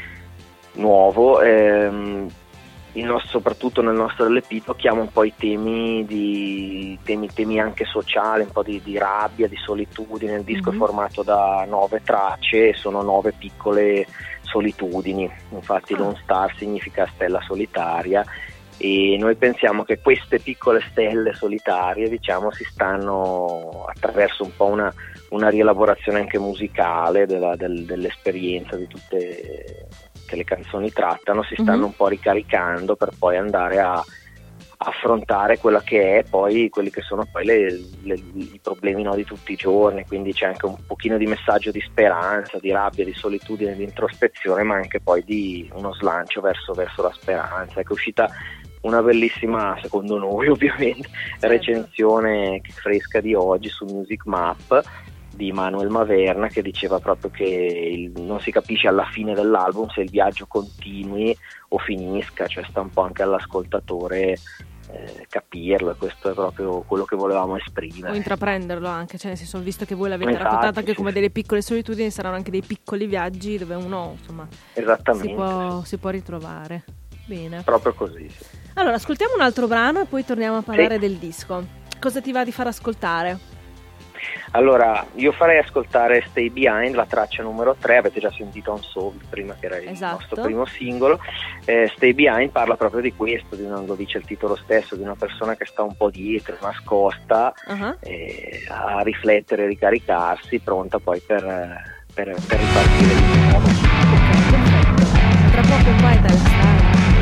nuovo, ehm, il nostro, soprattutto nel nostro L P tocchiamo un po' i temi di temi, temi anche sociali, un po' di, di rabbia, di solitudine. Il disco Mhm. è formato da nove tracce e sono nove piccole solitudini, infatti Ah. Lone Star significa stella solitaria, e noi pensiamo che queste piccole stelle solitarie, diciamo, si stanno attraverso un po' una, una rielaborazione anche musicale della, del, dell'esperienza di tutte che le canzoni trattano, si stanno Mhm. un po' ricaricando per poi andare a affrontare quella che è poi quelli che sono poi le, le, i problemi, no, di tutti i giorni. Quindi c'è anche un pochino di messaggio di speranza, di rabbia, di solitudine, di introspezione, ma anche poi di uno slancio verso, verso la speranza. È uscita una bellissima, secondo noi ovviamente, Certo. recensione fresca di oggi su Music Map di Manuel Maverna, che diceva proprio che il, non si capisce alla fine dell'album se il viaggio continui o finisca, cioè sta un po' anche all'ascoltatore eh, capirlo, e questo è proprio quello che volevamo esprimere. O intraprenderlo anche, cioè nel senso, visto che voi l'avete Esatto, raccontato anche sì, come sì. delle piccole solitudini, saranno anche dei piccoli viaggi dove uno insomma Esattamente, si può, sì. si può ritrovare. Bene. Proprio così, sì. Allora, ascoltiamo un altro brano e poi torniamo a parlare Sì. del disco. Cosa ti va di far ascoltare? Allora, io farei ascoltare Stay Behind, la traccia numero tre, avete già sentito Unsolved prima, che era il Esatto. nostro primo singolo. eh, Stay Behind parla proprio di questo, di una, lo dice il titolo stesso, di una persona che sta un po' dietro, nascosta, Uh-huh. eh, a riflettere, ricaricarsi, pronta poi per, per, per ripartire di nuovo. Perfetto. Tra poco qua è Italian Style.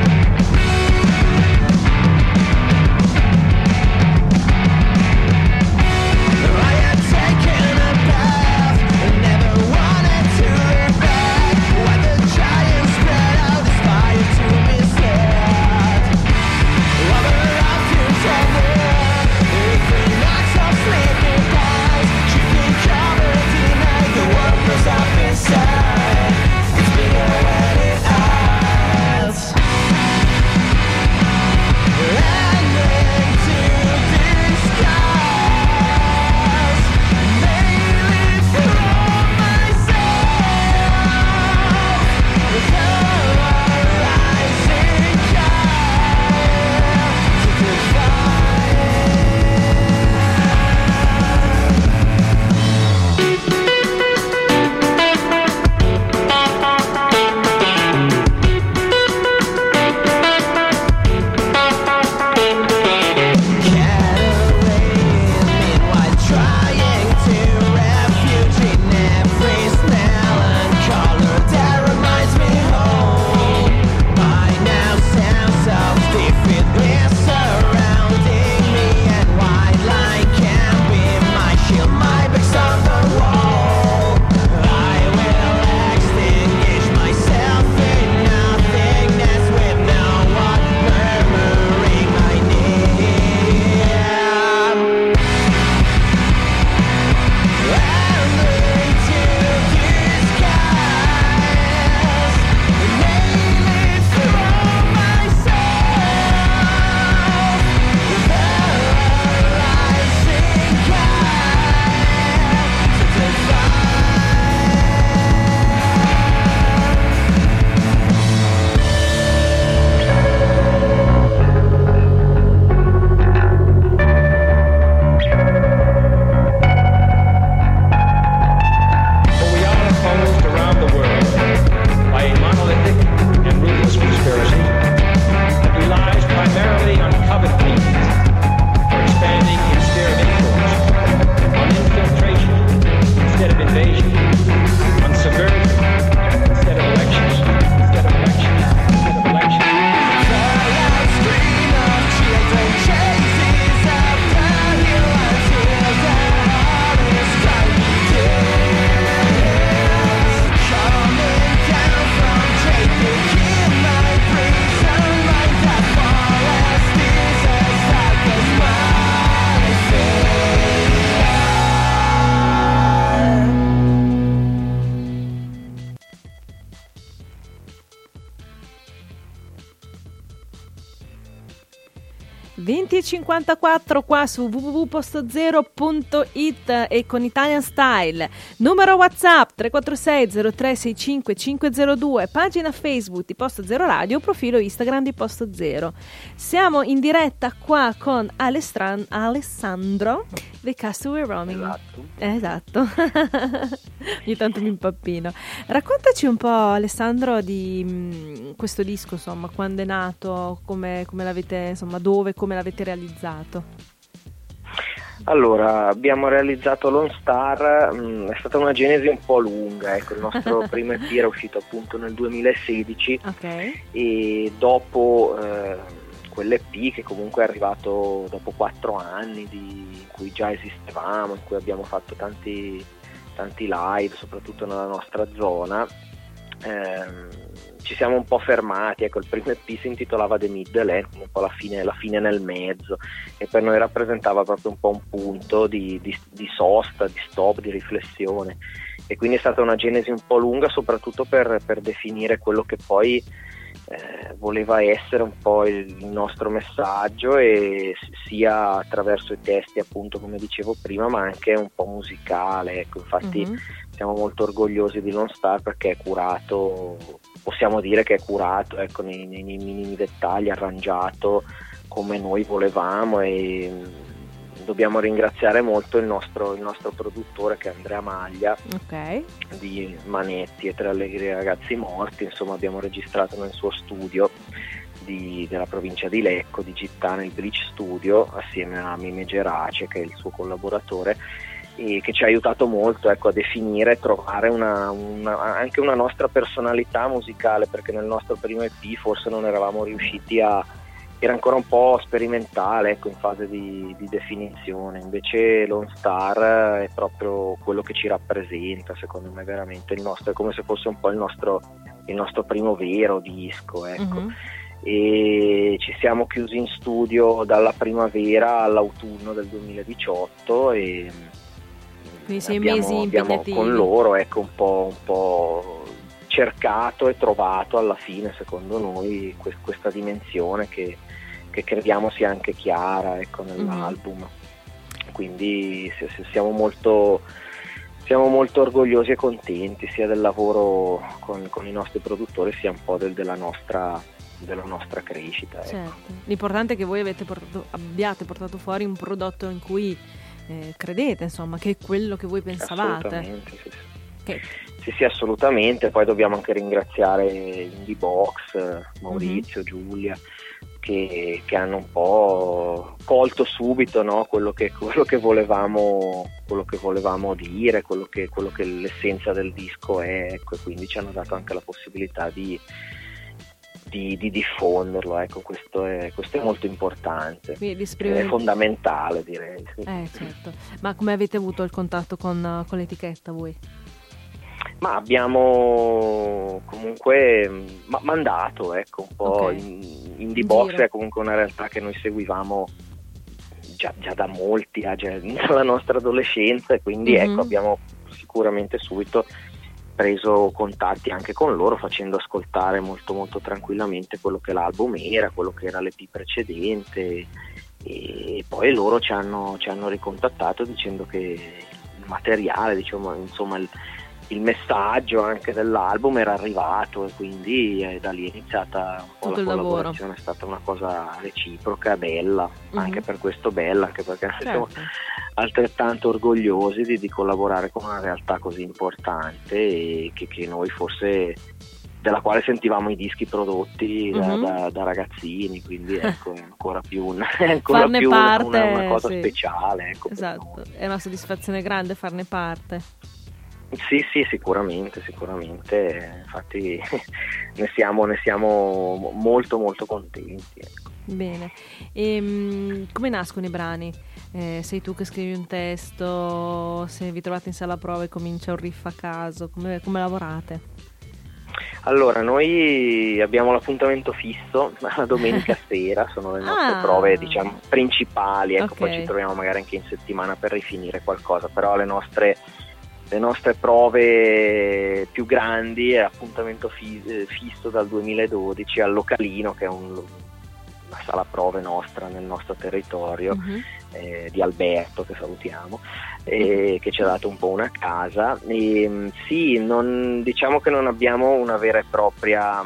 venti e cinquantaquattro qua su w w w punto posto zero punto i t e con Italian Style. Numero WhatsApp tre quattro sei zero tre sei cinque cinque zero due, pagina Facebook di Posto Zero Radio, profilo Instagram di Posto Zero. Siamo in diretta qua con Alestran- Alessandro The Castaway Roaming. Esatto. Eh, esatto. Ogni tanto mi impappino. Raccontaci un po', Alessandro, di mh, questo disco, insomma, quando è nato, come, come l'avete, insomma, dove, come l'avete realizzato. Allora, abbiamo realizzato Lone Star, mh, è stata una genesi un po' lunga, ecco, il nostro primo E P era uscito appunto nel duemilasedici, Ok. e dopo eh, quell'E P, che comunque è arrivato dopo quattro anni di, in cui già esistevamo, in cui abbiamo fatto tanti, tanti live, soprattutto nella nostra zona, ehm, ci siamo un po' fermati. Ecco, il primo E P si intitolava The Middle End, un po' la fine, la fine nel mezzo, e per noi rappresentava proprio un po' un punto di, di, di sosta, di stop, di riflessione, e quindi è stata una genesi un po' lunga, soprattutto per, per definire quello che poi eh, voleva essere un po' il nostro messaggio, e sia attraverso i testi, appunto, come dicevo prima, ma anche un po' musicale, ecco. Infatti mm-hmm. siamo molto orgogliosi di Lone Star perché è curato, possiamo dire che è curato, ecco, nei, nei, nei minimi dettagli, arrangiato come noi volevamo, e dobbiamo ringraziare molto il nostro, il nostro produttore, che è Andrea Maglia, okay. di Manetti e Tre Allegri Ragazzi Morti. Insomma, abbiamo registrato nel suo studio di, della provincia di Lecco, di Gittana, il Bleach Studio, assieme a Mime Gerace, che è il suo collaboratore, e che ci ha aiutato molto, ecco, a definire e trovare una, una, anche una nostra personalità musicale, perché nel nostro primo E P forse non eravamo riusciti a era ancora un po' sperimentale, ecco, in fase di, di definizione. Invece Lone Star è proprio quello che ci rappresenta, secondo me, veramente il nostro, è come se fosse un po' il nostro, il nostro primo vero disco, ecco. Mm-hmm. E ci siamo chiusi in studio dalla primavera all'autunno del duemiladiciotto, e quindi sei abbiamo, mesi abbiamo con loro, ecco, un po', un po' cercato e trovato alla fine, secondo noi, questa dimensione che, che crediamo sia anche chiara, ecco, nell'album. Mm-hmm. Quindi siamo molto siamo molto orgogliosi e contenti sia del lavoro con, con i nostri produttori, sia un po' del, della nostra della nostra crescita, ecco. Certo. L'importante è che voi avete portato, abbiate portato fuori un prodotto in cui eh, credete, insomma, che è quello che voi pensavate. Assolutamente, sì, sì. Che... Sì, sì, assolutamente. Poi dobbiamo anche ringraziare Indie Box, Maurizio, mm-hmm. Giulia, che, che hanno un po' colto subito, no, quello che quello che volevamo quello che volevamo dire, quello che quello che l'essenza del disco è, ecco, e quindi ci hanno dato anche la possibilità di di, di diffonderlo, ecco. Questo è questo è molto importante, è fondamentale, direi, sì. Eh, certo. Ma come avete avuto il contatto con, con l'etichetta voi? Ma abbiamo comunque ma- mandato, ecco, un po', okay. in, Indie Box è comunque una realtà che noi seguivamo già, già da molti, già dalla nostra adolescenza, e quindi mm-hmm. ecco, abbiamo sicuramente subito preso contatti anche con loro, facendo ascoltare molto molto tranquillamente quello che l'album era, quello che era l'E P precedente, e poi loro ci hanno, ci hanno ricontattato dicendo che il materiale, diciamo, insomma il il messaggio anche dell'album era arrivato, e quindi eh, da lì è iniziata un po' tutto la il collaborazione, lavoro. È stata una cosa reciproca, bella, mm-hmm. anche per questo bella, anche perché certo. siamo altrettanto orgogliosi di, di collaborare con una realtà così importante, e che, che noi forse della quale sentivamo i dischi prodotti da, mm-hmm. da, da ragazzini, quindi ecco, è ancora più, un, è ancora farne più parte, una, una cosa sì. speciale, ecco. Esatto, è una soddisfazione grande farne parte. Sì, sì, sicuramente, sicuramente, infatti ne siamo, ne siamo molto molto contenti, ecco. Bene, e um, come nascono i brani? Eh, sei tu che scrivi un testo, se vi trovate in sala prova e comincia un riff a caso, come, come lavorate? Allora, noi abbiamo l'appuntamento fisso la domenica sera, sono le nostre ah, prove, diciamo, principali, ecco, okay. Poi ci troviamo magari anche in settimana per rifinire qualcosa, però le nostre Le nostre prove più grandi è appuntamento fi- fisso dal duemiladodici al Localino, che è un, una sala prove nostra nel nostro territorio, uh-huh. eh, di Alberto, che salutiamo, eh, uh-huh. che ci ha dato un po' una casa. E, sì, non, diciamo che non abbiamo una vera e propria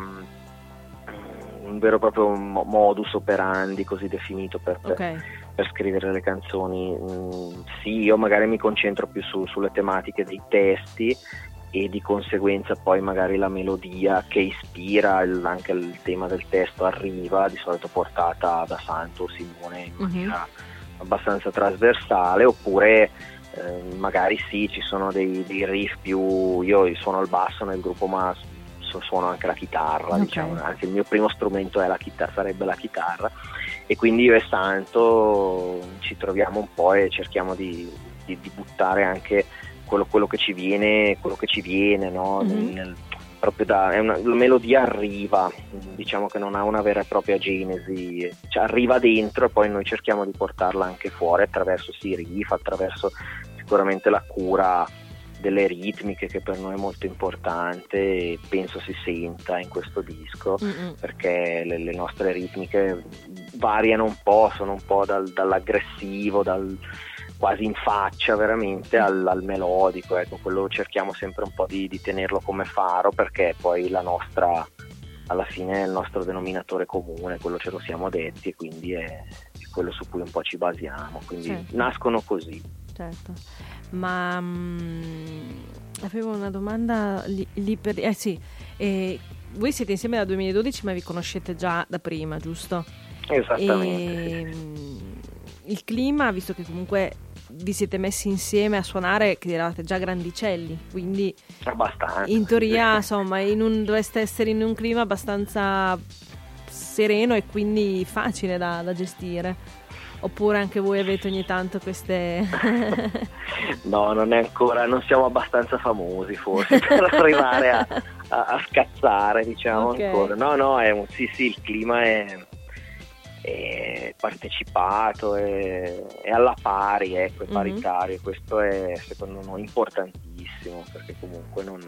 un vero e proprio modus operandi così definito per, okay. per scrivere le canzoni. Mm, sì, io magari mi concentro più su, sulle tematiche dei testi, e di conseguenza poi magari la melodia che ispira il, anche il tema del testo arriva, di solito portata da Santo o Simone in maniera mm-hmm. abbastanza trasversale, oppure eh, magari sì, ci sono dei, dei riff più, io suono il basso nel gruppo, ma suono anche la chitarra, okay. diciamo, anzi il mio primo strumento è la chitarra, sarebbe la chitarra, e quindi io e Santo ci troviamo un po' e cerchiamo di, di, di buttare anche quello, quello che ci viene, quello che ci viene, no? Mm-hmm. Nel, proprio da, è una, la melodia arriva, diciamo che non ha una vera e propria genesi, cioè arriva dentro, e poi noi cerchiamo di portarla anche fuori attraverso sì riff, attraverso sicuramente la cura delle ritmiche che per noi è molto importante e penso si senta in questo disco. Mm-mm. Perché le, le nostre ritmiche variano un po', sono un po' dal, dall'aggressivo, dal quasi in faccia veramente al, al melodico, ecco, quello cerchiamo sempre un po' di, di tenerlo come faro, perché poi la nostra, alla fine è il nostro denominatore comune, quello ce lo siamo detti e quindi è, è quello su cui un po' ci basiamo, quindi certo. Nascono così. Certo, ma mh, avevo una domanda lì, lì per... Eh sì, eh, voi siete insieme dal duemiladodici ma vi conoscete già da prima, giusto? Esattamente. E, mh, il clima, visto che comunque vi siete messi insieme a suonare, che eravate già grandicelli, quindi abbastanza. In teoria, insomma, in un, dovreste essere in un clima abbastanza sereno e quindi facile da, da gestire. Oppure anche voi avete ogni tanto queste... No, non è ancora, non siamo abbastanza famosi forse per arrivare a, a, a scazzare, diciamo, okay. Ancora. No, no, è un, sì, sì, il clima è... è partecipato, è, è alla pari, ecco, è paritario. Mm-hmm. Questo è secondo noi importantissimo, perché comunque non,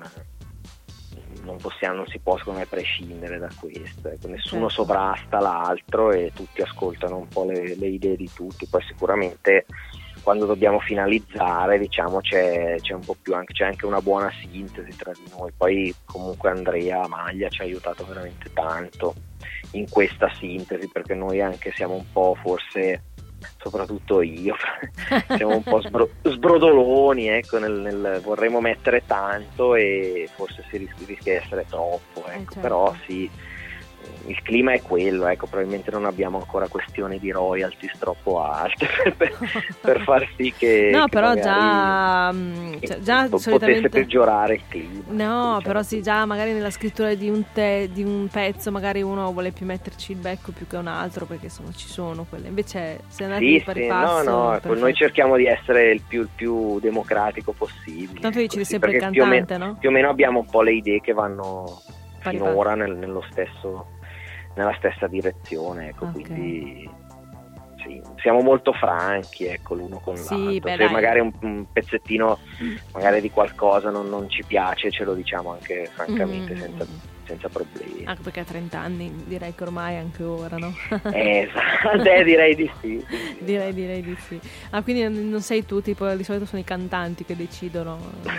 non possiamo, non si può secondo me prescindere da questo, ecco. Nessuno certo. sovrasta l'altro e tutti ascoltano un po' le, le idee di tutti. Poi sicuramente quando dobbiamo finalizzare, diciamo, c'è, c'è un po' più anche, c'è anche una buona sintesi tra di noi. Poi comunque Andrea Maglia ci ha aiutato veramente tanto in questa sintesi, perché noi anche siamo un po', forse soprattutto io siamo un po' sbro- sbrodoloni, ecco, nel, nel vorremmo mettere tanto e forse si rischia, rischia di essere troppo, ecco. Eh certo. Però sì, il clima è quello, ecco, probabilmente non abbiamo ancora questioni di royalties troppo alte per, per far sì che no, che però già, cioè, già po- solitamente potesse peggiorare il clima. No, diciamo però così. sì, già magari nella scrittura di un, te, di un pezzo magari uno vuole più metterci il becco più che un altro, perché insomma ci sono quelle. Invece se andate sì, di pari sì, passo, no, no, ecco, noi cerchiamo di essere il più, il più democratico possibile. Tanto dici così, sempre il cantante, più o, meno, no? Più o meno abbiamo un po' le idee che vanno pari finora nel, nello stesso nella stessa direzione, ecco, okay. Quindi sì, siamo molto franchi, ecco, l'uno con sì, l'altro. Beh, se dai. magari un, un pezzettino magari di qualcosa non, non ci piace, ce lo diciamo anche francamente, mm. senza, senza problemi. Anche perché a trenta anni direi che ormai anche ora, no? Esatto, eh, direi di sì, sì, sì. Direi, direi di sì. Ah, quindi non sei tu, tipo di solito sono i cantanti che decidono.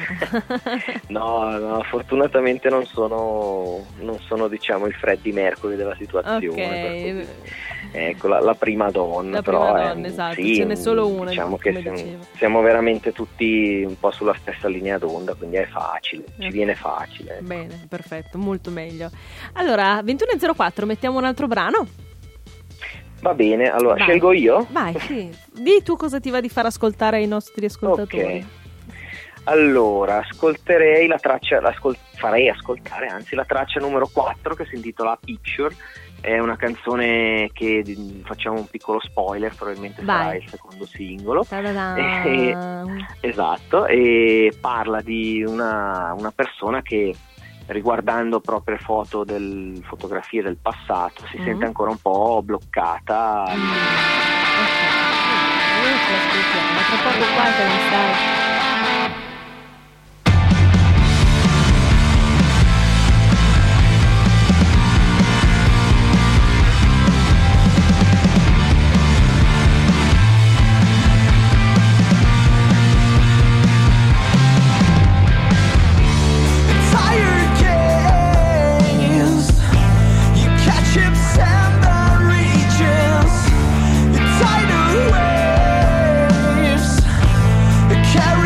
No, no, fortunatamente non sono, non sono diciamo il Freddie Mercury della situazione. Okay. Ecco, la, la prima donna. La però prima è, donna, esatto, sì, ce n'è solo una. Diciamo che siamo, dicevo. siamo veramente tutti un po' sulla stessa linea d'onda, quindi è facile, ci okay. viene facile. Ecco. Bene, perfetto, molto meglio. Allora, ventuno e zero quattro, mettiamo un altro brano? Va bene, allora Vai. Scelgo io? Vai, sì. Di tu cosa ti va di far ascoltare ai nostri ascoltatori. Ok. Allora, ascolterei la traccia, l'ascol- farei ascoltare anzi la traccia numero quattro che si intitola Picture. È una canzone che facciamo un piccolo spoiler, probabilmente Vai. sarà il secondo singolo. E, esatto, e parla di una, una persona che, riguardando proprio foto del, fotografie del passato, si mm-hmm. sente ancora un po' bloccata. Ok, ma tra poco qua te ne stai. Carry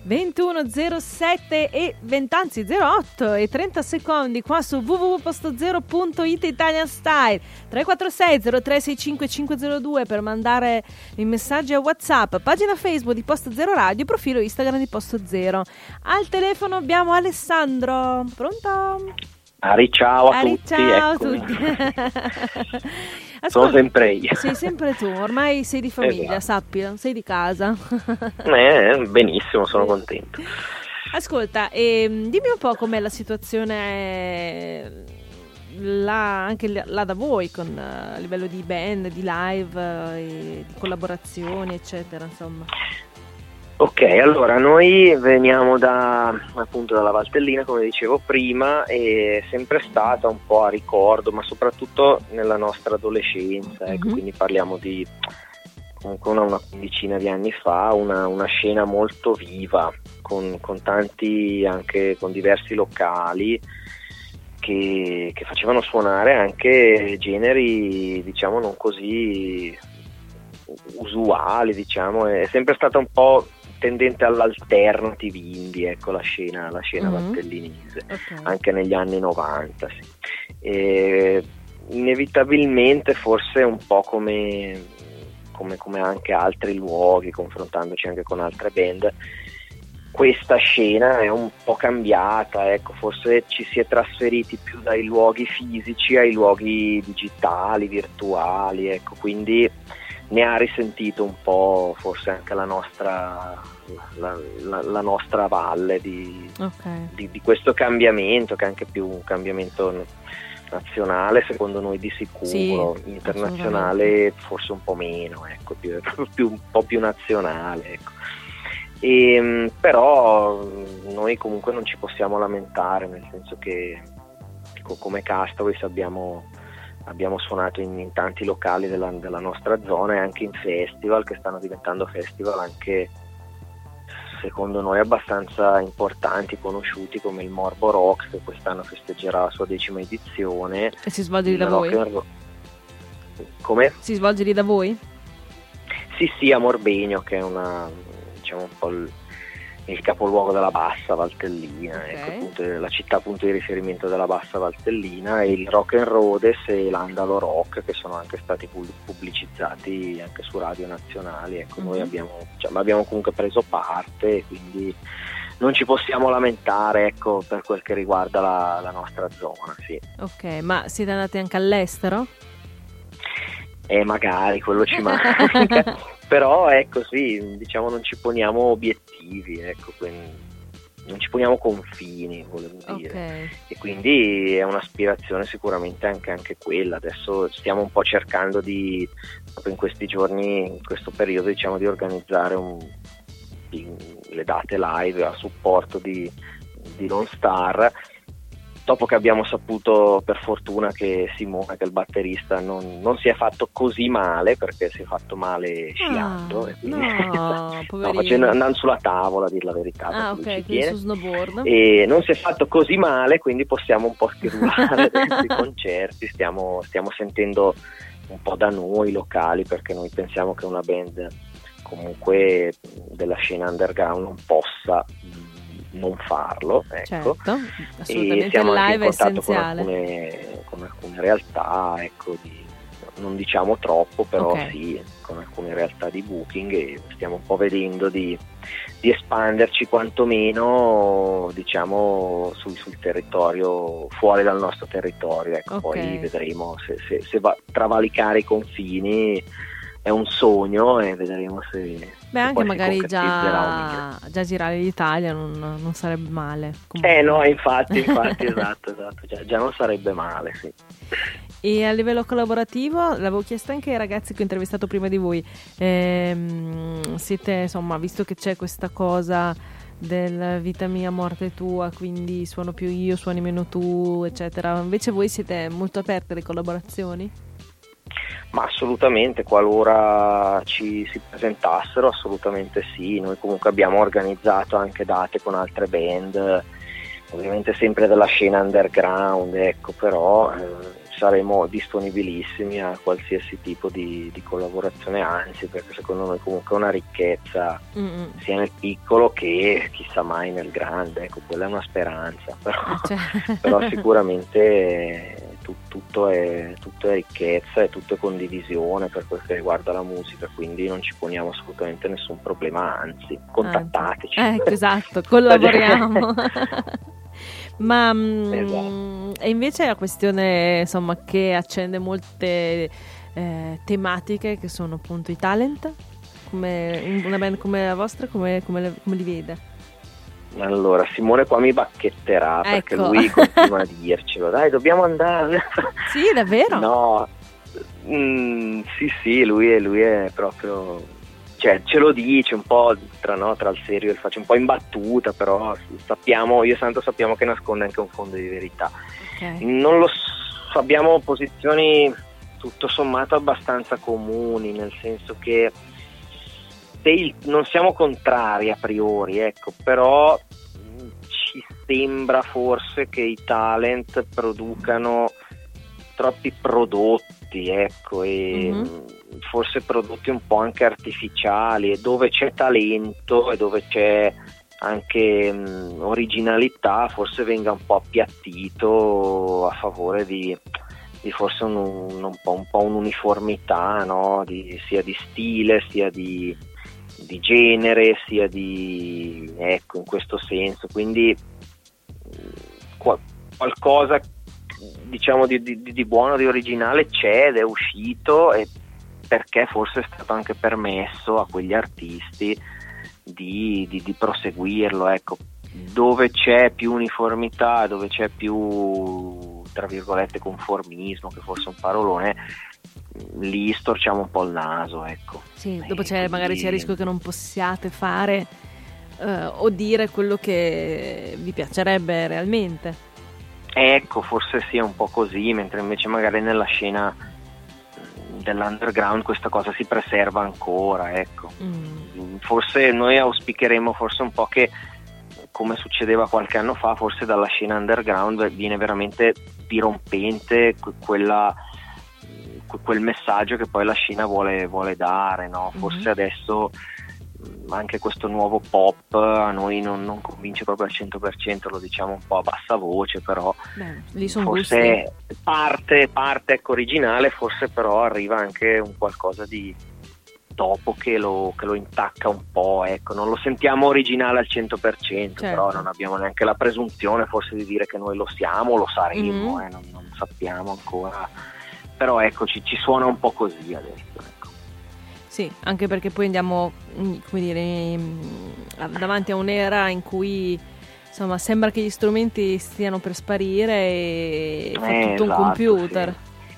ventuno zero sette e venti, anzi zero otto e trenta secondi qua su w w w punto posto zero punto it Italian Style. Tre quattro sei zero tre sei cinque cinque zero due per mandare i messaggi a WhatsApp, pagina Facebook di Posto Zero Radio, profilo Instagram di Posto Zero. Al telefono abbiamo Alessandro. Pronto? Ari, ciao a Ari, tutti. ciao Eccomi. a tutti. Ascolta, Sono sempre io. sei sempre tu, ormai sei di famiglia, Esatto. sappilo, sei di casa. Eh, benissimo, sono contento. Ascolta, ehm, dimmi un po' com'è la situazione là, anche là da voi, con uh, a livello di band, di live, uh, e di collaborazioni, eccetera, insomma. Ok, allora noi veniamo da appunto dalla Valtellina, come dicevo prima, e è sempre stata un po' a ricordo, ma soprattutto nella nostra adolescenza, ecco, Mhm. quindi parliamo di comunque una, una quindicina di anni fa, una, una scena molto viva, con, con tanti, anche con diversi locali che, che facevano suonare anche generi, diciamo, non così usuali, diciamo. È sempre stata un po' tendente all'alternative indie, ecco, la scena, la scena Mhm. valtellinese, Ok. anche negli anni novanta, sì. E inevitabilmente, forse un po' come, come, come anche altri luoghi, confrontandoci anche con altre band, questa scena è un po' cambiata, ecco, forse ci si è trasferiti più dai luoghi fisici ai luoghi digitali, virtuali, ecco, quindi ne ha risentito un po' forse anche la nostra, la, la, la nostra valle di, Ok. di, di questo cambiamento, che è anche più un cambiamento nazionale, secondo noi di sicuro, Sì, internazionale forse un po' meno, ecco, più, più, un po' più nazionale, ecco. E, però noi comunque non ci possiamo lamentare, nel senso che co- come Castaways abbiamo abbiamo suonato in, in tanti locali della, della nostra zona e anche in festival, che stanno diventando festival anche secondo noi abbastanza importanti, conosciuti, come il Morbo Rock, che quest'anno festeggerà la sua decima edizione. E si svolge lì da Il voi? Rock and Roll- Come? Si svolge lì da voi? Sì, sì, a Morbegno, che è una, diciamo, un po' il, il capoluogo della Bassa Valtellina, Ok. ecco, appunto, la città punto di riferimento della Bassa Valtellina, e il Rock and Rhodes e l'Andalo Rock, che sono anche stati pu- pubblicizzati anche su radio nazionali, ecco. Mhm. Noi abbiamo, cioè, abbiamo comunque preso parte, quindi non ci possiamo lamentare, ecco, per quel che riguarda la, la nostra zona, sì. Ok, ma siete andati anche all'estero? E magari quello ci manca, però ecco, sì, diciamo, non ci poniamo obiettivi, ecco, quindi non ci poniamo confini, volevo dire, Ok. e quindi è un'aspirazione sicuramente anche, anche quella. Adesso stiamo un po' cercando di, proprio in questi giorni, in questo periodo, diciamo, di organizzare un, di, le date live a supporto di, di Lone Star. Dopo che abbiamo saputo, per fortuna, che Simone, che è il batterista, non, non si è fatto così male, perché si è fatto male sciando, Ah, e quindi no, poverino. facendo, andando sulla tavola, a dir la verità, Ah, perché lui ok, ci quindi tiene. su snowboard. E non si è fatto così male, quindi possiamo un po' schedulare i concerti. Stiamo, stiamo sentendo un po' da noi locali, perché noi pensiamo che una band comunque della scena underground non possa non farlo, ecco. Certo, E assolutamente il siamo anche in live è contatto con essenziale. alcune, con alcune realtà, ecco, di, non diciamo troppo, però Ok. sì, con alcune realtà di booking, e stiamo un po' vedendo di, di espanderci quantomeno, diciamo, sul, sul territorio, fuori dal nostro territorio, ecco. Ok. Poi vedremo se, se, se va, travalicare i confini è un sogno, e vedremo se, Beh, se anche poi si magari concretizzerà o meno. già, già girare l'Italia non, non sarebbe male. Comunque. Eh no, infatti, infatti, esatto, esatto, già, già non sarebbe male, sì. E a livello collaborativo, l'avevo chiesto anche ai ragazzi che ho intervistato prima di voi, ehm, siete, insomma, visto che c'è questa cosa del vita mia, morte tua, quindi suono più io, suoni meno tu, eccetera, invece voi siete molto aperti alle collaborazioni? Ma assolutamente, qualora ci si presentassero, assolutamente sì. Noi comunque abbiamo organizzato anche date con altre band, ovviamente sempre della scena underground, ecco, però eh, saremo disponibilissimi a qualsiasi tipo di, di collaborazione, anzi, perché secondo noi comunque è una ricchezza Mm-mm. sia nel piccolo che chissà mai nel grande, ecco, quella è una speranza, però, cioè. però sicuramente tu, tutto, è, tutto è ricchezza e tutto è condivisione per quel che riguarda la musica, quindi non ci poniamo assolutamente nessun problema, anzi contattateci. Eh, esatto, collaboriamo. Ma esatto. E invece la questione, insomma, che accende molte eh, tematiche, che sono appunto i talent, come una band come la vostra, come, come, le, come li vede? Allora, Simone qua mi bacchetterà, ecco. Perché lui continua a dircelo, dai, dobbiamo andare. Sì, davvero? No, mm, sì sì, lui è, lui è proprio, cioè ce lo dice un po' tra, no, tra il serio e il faccio un po' in battuta, però sappiamo, io e Santo sappiamo che nasconde anche un fondo di verità. Okay. Non lo so, abbiamo posizioni tutto sommato abbastanza comuni, nel senso che il, non siamo contrari a priori, ecco, però ci sembra forse che i talent producano troppi prodotti, ecco, e mm-hmm. forse prodotti un po' anche artificiali, e dove c'è talento e dove c'è anche mh, originalità forse venga un po' appiattito a favore di, di forse un, un, un, po', un po' un'uniformità, no? Di, sia di stile sia di, di genere sia di, ecco, in questo senso, quindi qual- qualcosa diciamo di, di, di buono, di originale c'è ed è uscito, e perché forse è stato anche permesso a quegli artisti di, di, di proseguirlo, ecco. Dove c'è più uniformità, dove c'è più tra virgolette conformismo, che forse è un parolone, lì storciamo un po' il naso, ecco. Sì, dopo c'è quindi... magari c'è il rischio che non possiate fare uh, o dire quello che vi piacerebbe realmente. Ecco, forse sia un po' così, mentre invece magari nella scena dell'underground questa cosa si preserva ancora, ecco. Mm. Forse noi auspicheremo forse un po' che, come succedeva qualche anno fa, forse dalla scena underground viene veramente dirompente quella, quel messaggio che poi la scena vuole, vuole dare, no? Forse mm-hmm. adesso anche questo nuovo pop a noi non, non convince proprio al cento per cento, lo diciamo un po' a bassa voce, però Beh, lì son forse gusti. parte, parte ecco, originale, forse però arriva anche un qualcosa di dopo che lo, che lo intacca un po', ecco. Non lo sentiamo originale al cento per cento, certo. Però non abbiamo neanche la presunzione forse di dire che noi lo siamo, lo saremo, mm-hmm. eh, non, non sappiamo ancora, però ecco ci, ci suona un po' così adesso, ecco. Sì, anche perché poi andiamo, come dire, davanti a un'era in cui insomma sembra che gli strumenti stiano per sparire e fa eh, tutto esatto, un computer.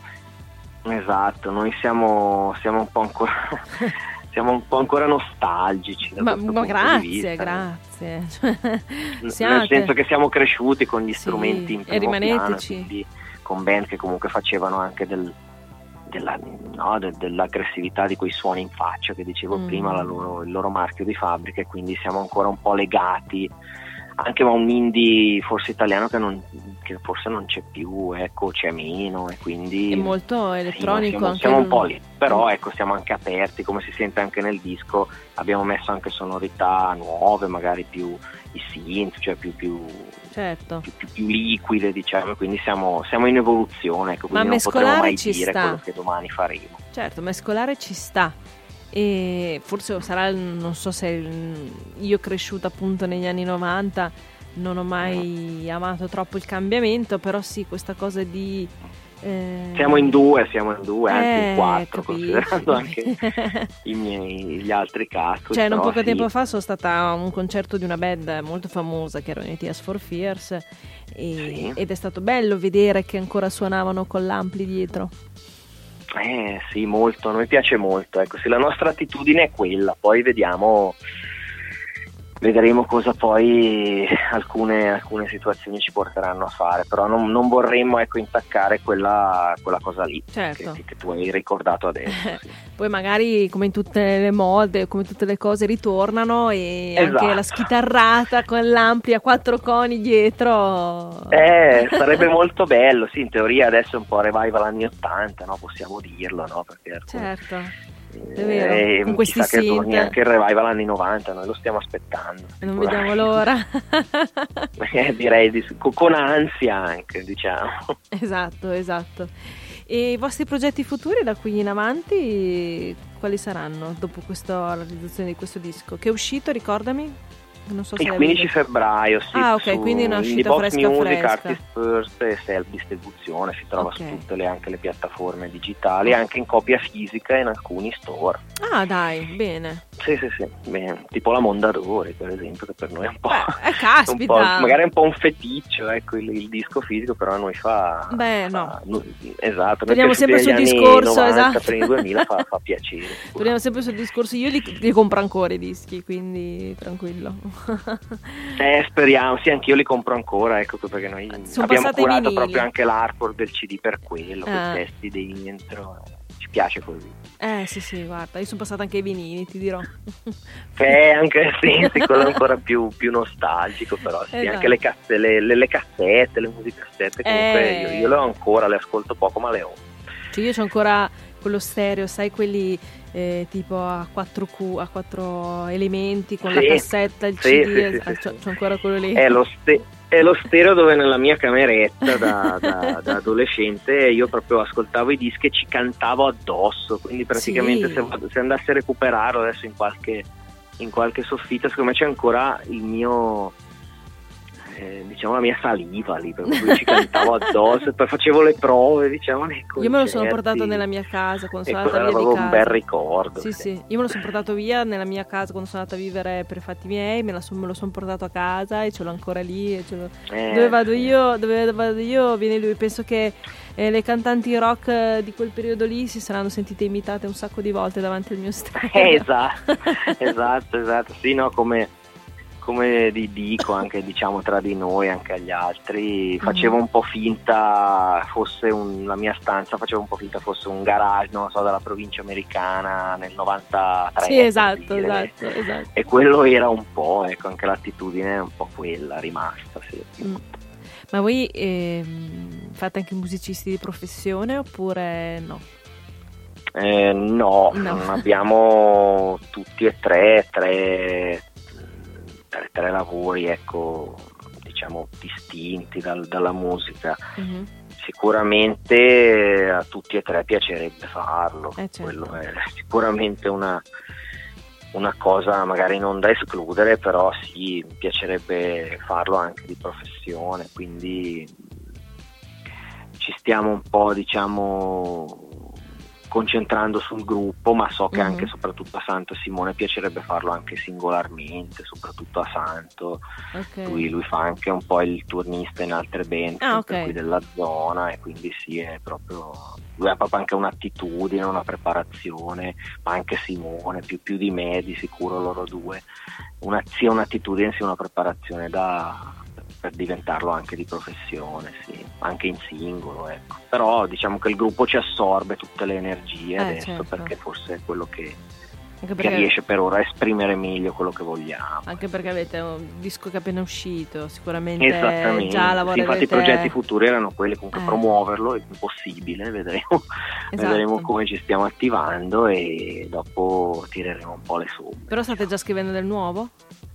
Sì. Esatto, noi siamo, siamo un po' ancora siamo un po' ancora nostalgici. Da ma ma grazie, vista, grazie. Nel senso che siamo cresciuti con gli strumenti sì, in primo e rimaneteci. piano, quindi con band che comunque facevano anche del Della, no, de, dell'aggressività, di quei suoni in faccia che dicevo mm. prima, la loro, il loro marchio di fabbrica, e quindi siamo ancora un po' legati anche a un indie forse italiano che, non, che forse non c'è più, ecco, c'è meno, e quindi è molto elettronico, sì, siamo, anche siamo un il... po' lì, però ecco siamo anche aperti, come si sente anche nel disco, abbiamo messo anche sonorità nuove, magari più i synth, cioè più più certo. più, più, più liquide, diciamo, quindi siamo, siamo in evoluzione, ecco, quindi ma non potremo mai ci dire sta. quello che domani faremo. Certo, mescolare ci sta, e forse sarà, non so se io cresciuta appunto negli anni novanta non ho mai amato troppo il cambiamento, però sì, questa cosa di eh... siamo in due, siamo in due, anzi eh, in quattro, capisci. considerando anche i miei, gli altri cast. Cioè, non poco sì. tempo fa sono stata a un concerto di una band molto famosa che erano i Tears for Fears, e, sì. ed è stato bello vedere che ancora suonavano con l'ampli dietro. Eh sì, molto, a noi piace molto, ecco, sì, la nostra attitudine è quella, poi vediamo vedremo cosa poi alcune, alcune situazioni ci porteranno a fare, però non, non vorremmo ecco intaccare quella, quella cosa lì, certo, che, che tu hai ricordato adesso. Sì. Poi magari come in tutte le mode, come tutte le cose ritornano, e esatto, anche la schitarrata con l'ampli a quattro coni dietro. Eh, sarebbe molto bello, sì, in teoria adesso è un po' revival anni ottanta, no? Possiamo dirlo, no? Perché certo. È vero, eh, con questi che torni synth. anche il revival anni novanta, noi lo stiamo aspettando. Non vediamo l'ora. eh, direi di, con ansia anche, diciamo. Esatto, esatto. E i vostri progetti futuri da qui in avanti quali saranno dopo questa, la realizzazione di questo disco? Che è uscito, ricordami? Non so se il quindici febbraio, sì. Ah, ok, quindi è una uscita fresca Music, fresca. Artist First e Self Distribuzione, si trova okay. su tutte le, anche le piattaforme digitali, anche in copia fisica in alcuni store. Ah, dai, bene. Sì, sì, sì, bene. Tipo la Mondadori, per esempio, che per noi è un po', Beh, eh, caspita. un po' magari è un po' un feticcio, ecco, il, il disco fisico, però a noi fa... Beh, fa, no. Esatto. Torniamo sempre sul discorso, novanta, esatto. Per i duemila fa, fa piacere. Torniamo sempre sul discorso, io li, li compro ancora i dischi, quindi tranquillo. Eh, speriamo, sì, anch'io li compro ancora, ecco, perché noi sono abbiamo curato vinili. proprio anche l'artwork del C D per quello, ah. con i testi dentro, ci piace così. Eh sì sì, guarda, io sono passata anche ai vinili, ti dirò. Eh, anche sì, sì, quello è ancora più, più nostalgico, però sì, esatto. Anche le, casse, le, le, le cassette, le musicassette, comunque eh. io, io le ho ancora, le ascolto poco, ma le ho. Cioè io c'ho ancora quello stereo, sai, quelli eh, tipo a quattro Q, a quattro elementi, con sì, la cassetta, il sì, C D, sì, eh, sì, c'ho, sì. c'ho ancora quello lì. È lo, ste- è lo stereo dove nella mia cameretta da, da, da adolescente io proprio ascoltavo i dischi e ci cantavo addosso, quindi praticamente sì. se, se andassi a recuperarlo adesso in qualche, in qualche soffitta, secondo me c'è ancora il mio... Eh, diciamo la mia saliva lì, per cui ci cantavo addosso e poi facevo le prove, diciamo, nei concerti. Io me lo sono portato nella mia casa quando sono andata era via di casa. un bel ricordo. Sì, sì, sì, io me lo sono portato via nella mia casa quando sono andata a vivere per i fatti miei, me, la son, me lo sono portato a casa e ce l'ho ancora lì. E ce l'ho... Eh, dove vado sì. io, dove vado io viene lui. Penso che eh, le cantanti rock eh, di quel periodo lì si saranno sentite imitate un sacco di volte davanti al mio stereo. Eh, esatto, esatto, esatto. Sì, no, come... come dico anche diciamo tra di noi, anche agli altri, facevo un po' finta fosse un, la mia stanza, facevo un po' finta fosse un garage, non so, della provincia americana nel novantatré. Sì, esatto, esatto, esatto. E quello era un po', ecco, anche l'attitudine è un po' quella rimasta, sì. Mm. Ma voi ehm, fate anche musicisti di professione oppure no? Eh, no, no, non abbiamo tutti e tre, tre Tre, tre lavori, ecco, diciamo distinti dal, dalla musica. Mm-hmm. Sicuramente a tutti e tre piacerebbe farlo, eh, certo. Quello è sicuramente una, una cosa magari non da escludere, però sì, mi piacerebbe farlo anche di professione, quindi ci stiamo un po', diciamo, concentrando sul gruppo, ma so che mm-hmm. anche soprattutto a Santo Simone piacerebbe farlo anche singolarmente, soprattutto a Santo. Okay. Lui, lui fa anche un po' il turnista in altre band ah, okay. qui della zona, e quindi sì, è proprio lui ha proprio anche un'attitudine, una preparazione, ma anche Simone, più, più di me di sicuro loro due, una, sia un'attitudine sia una preparazione da per diventarlo anche di professione, sì, anche in singolo, ecco. Però diciamo che il gruppo ci assorbe tutte le energie eh, adesso, certo. Perché forse è quello che, perché... che riesce per ora a esprimere meglio quello che vogliamo. Anche perché avete un disco che è appena uscito, sicuramente esattamente. Già lavorerete... Sì, infatti i progetti futuri erano quelli, comunque eh. promuoverlo è impossibile, vedremo, esatto. Vedremo come ci stiamo attivando e dopo tireremo un po' le somme. Però state già scrivendo del nuovo?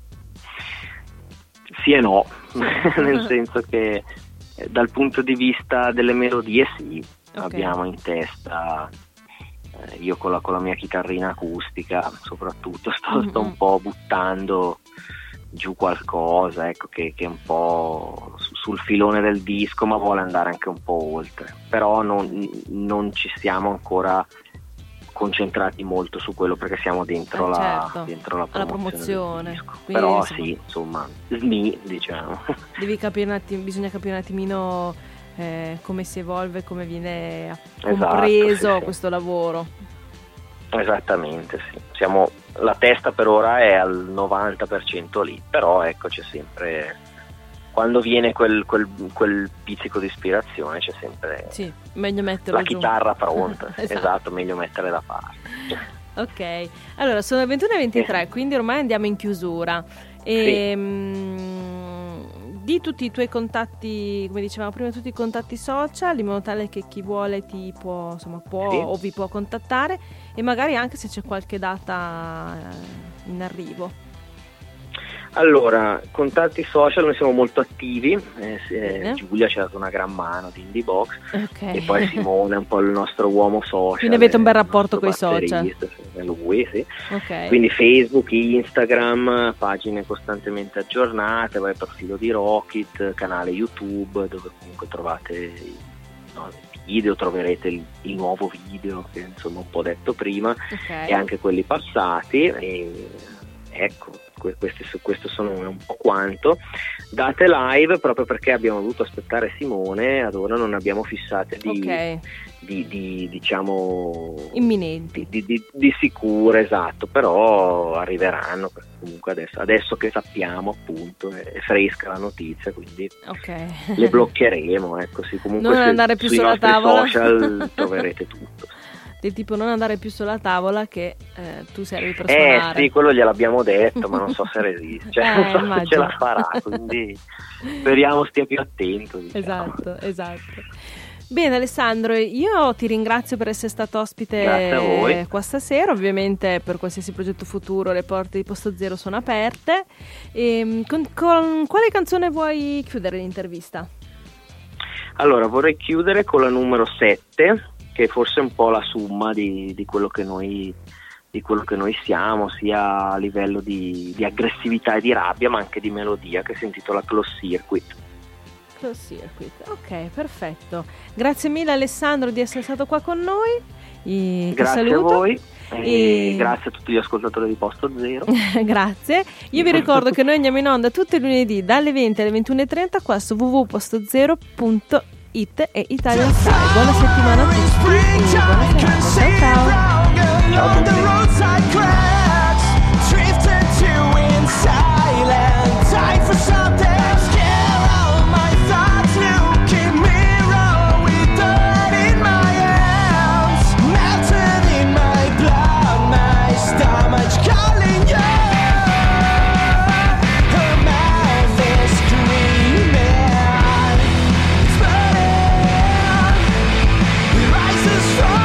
Sì e no, nel senso che eh, dal punto di vista delle melodie sì, okay. Abbiamo in testa, eh, io con la, con la mia chitarrina acustica soprattutto sto, mm-hmm. sto un po' buttando giù qualcosa, ecco, che, che è un po' su, sul filone del disco, ma vuole andare anche un po' oltre, però non, non ci siamo ancora concentrati molto su quello perché siamo dentro, eh, la, certo. dentro la promozione, promozione. Però insomma, sì, insomma, sni, diciamo. Devi capire un attimo, bisogna capire un attimino eh, come si evolve, come viene compreso, esatto, sì, questo sì. lavoro. Esattamente, sì. Siamo la testa per ora è al novanta per cento lì, però ecco, c'è sempre, quando viene quel, quel, quel pizzico di ispirazione, c'è sempre sì, meglio metterlo la giù. chitarra pronta. Esatto. Esatto, meglio mettere da parte. Ok, allora sono le ventuno e ventitré, quindi ormai andiamo in chiusura. E, Sì. mh, di tutti i tuoi contatti, come dicevamo prima, tutti i contatti social, in modo tale che chi vuole ti può, insomma, può Sì. o vi può contattare, e magari anche se c'è qualche data eh, in arrivo. Allora, contatti social, noi siamo molto attivi, eh, se- Bene. Giulia ci ha dato una gran mano di Indie-Box, Ok. e poi Simone è un po' il nostro uomo social. Quindi avete un bel il rapporto nostro coi social. batterista, è lui, sì. Ok. Quindi Facebook, Instagram, pagine costantemente aggiornate, poi profilo di Rocket, canale YouTube, dove comunque trovate i no, i video, troverete il, il nuovo video, che insomma un po' detto prima, Ok. e anche quelli passati, e ecco, que- questi, su- questo sono un po' quanto. Date live, proprio perché abbiamo dovuto aspettare Simone, ad ora non abbiamo fissate di, Ok. di, di diciamo Imminenti. di, di, di sicuro, esatto, però arriveranno, perché comunque adesso, adesso che sappiamo, appunto, è, è fresca la notizia, quindi Ok. le bloccheremo, ecco, sì, comunque Non se- andare più sui sulla nostri tavola. social troverete tutto. Del tipo non andare più sulla tavola, che eh, tu servi per Eh suonare. sì, quello gliel'abbiamo detto, ma non so se resiste, cioè, Eh, non so se immagino. ce la farà, quindi speriamo stia più attento, diciamo. Esatto, esatto. Bene Alessandro, io ti ringrazio per essere stato ospite Grazie a voi. qua stasera. Ovviamente per qualsiasi progetto futuro le porte di Posto Zero sono aperte. E, con, con quale canzone vuoi chiudere l'intervista? Allora, vorrei chiudere con la numero sette, che forse è un po' la somma di, di quello che noi di quello che noi siamo, sia a livello di, di aggressività e di rabbia, ma anche di melodia, che si intitola Close Circuit. Close Circuit. Ok, perfetto. Grazie mille Alessandro di essere stato qua con noi. E ti Grazie saluto. a voi e, E- grazie a tutti gli ascoltatori di Posto Zero. Grazie. Io vi ricordo che noi andiamo in onda tutti i lunedì dalle venti alle ventuno e trenta qua su w w w punto posto zero punto it e Italian Style. Buona settimana a tutti e buona serata. Ciao ciao. Ciao a tutti. Rises from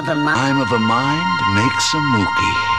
of a mind. I'm of a mind makes a mookie.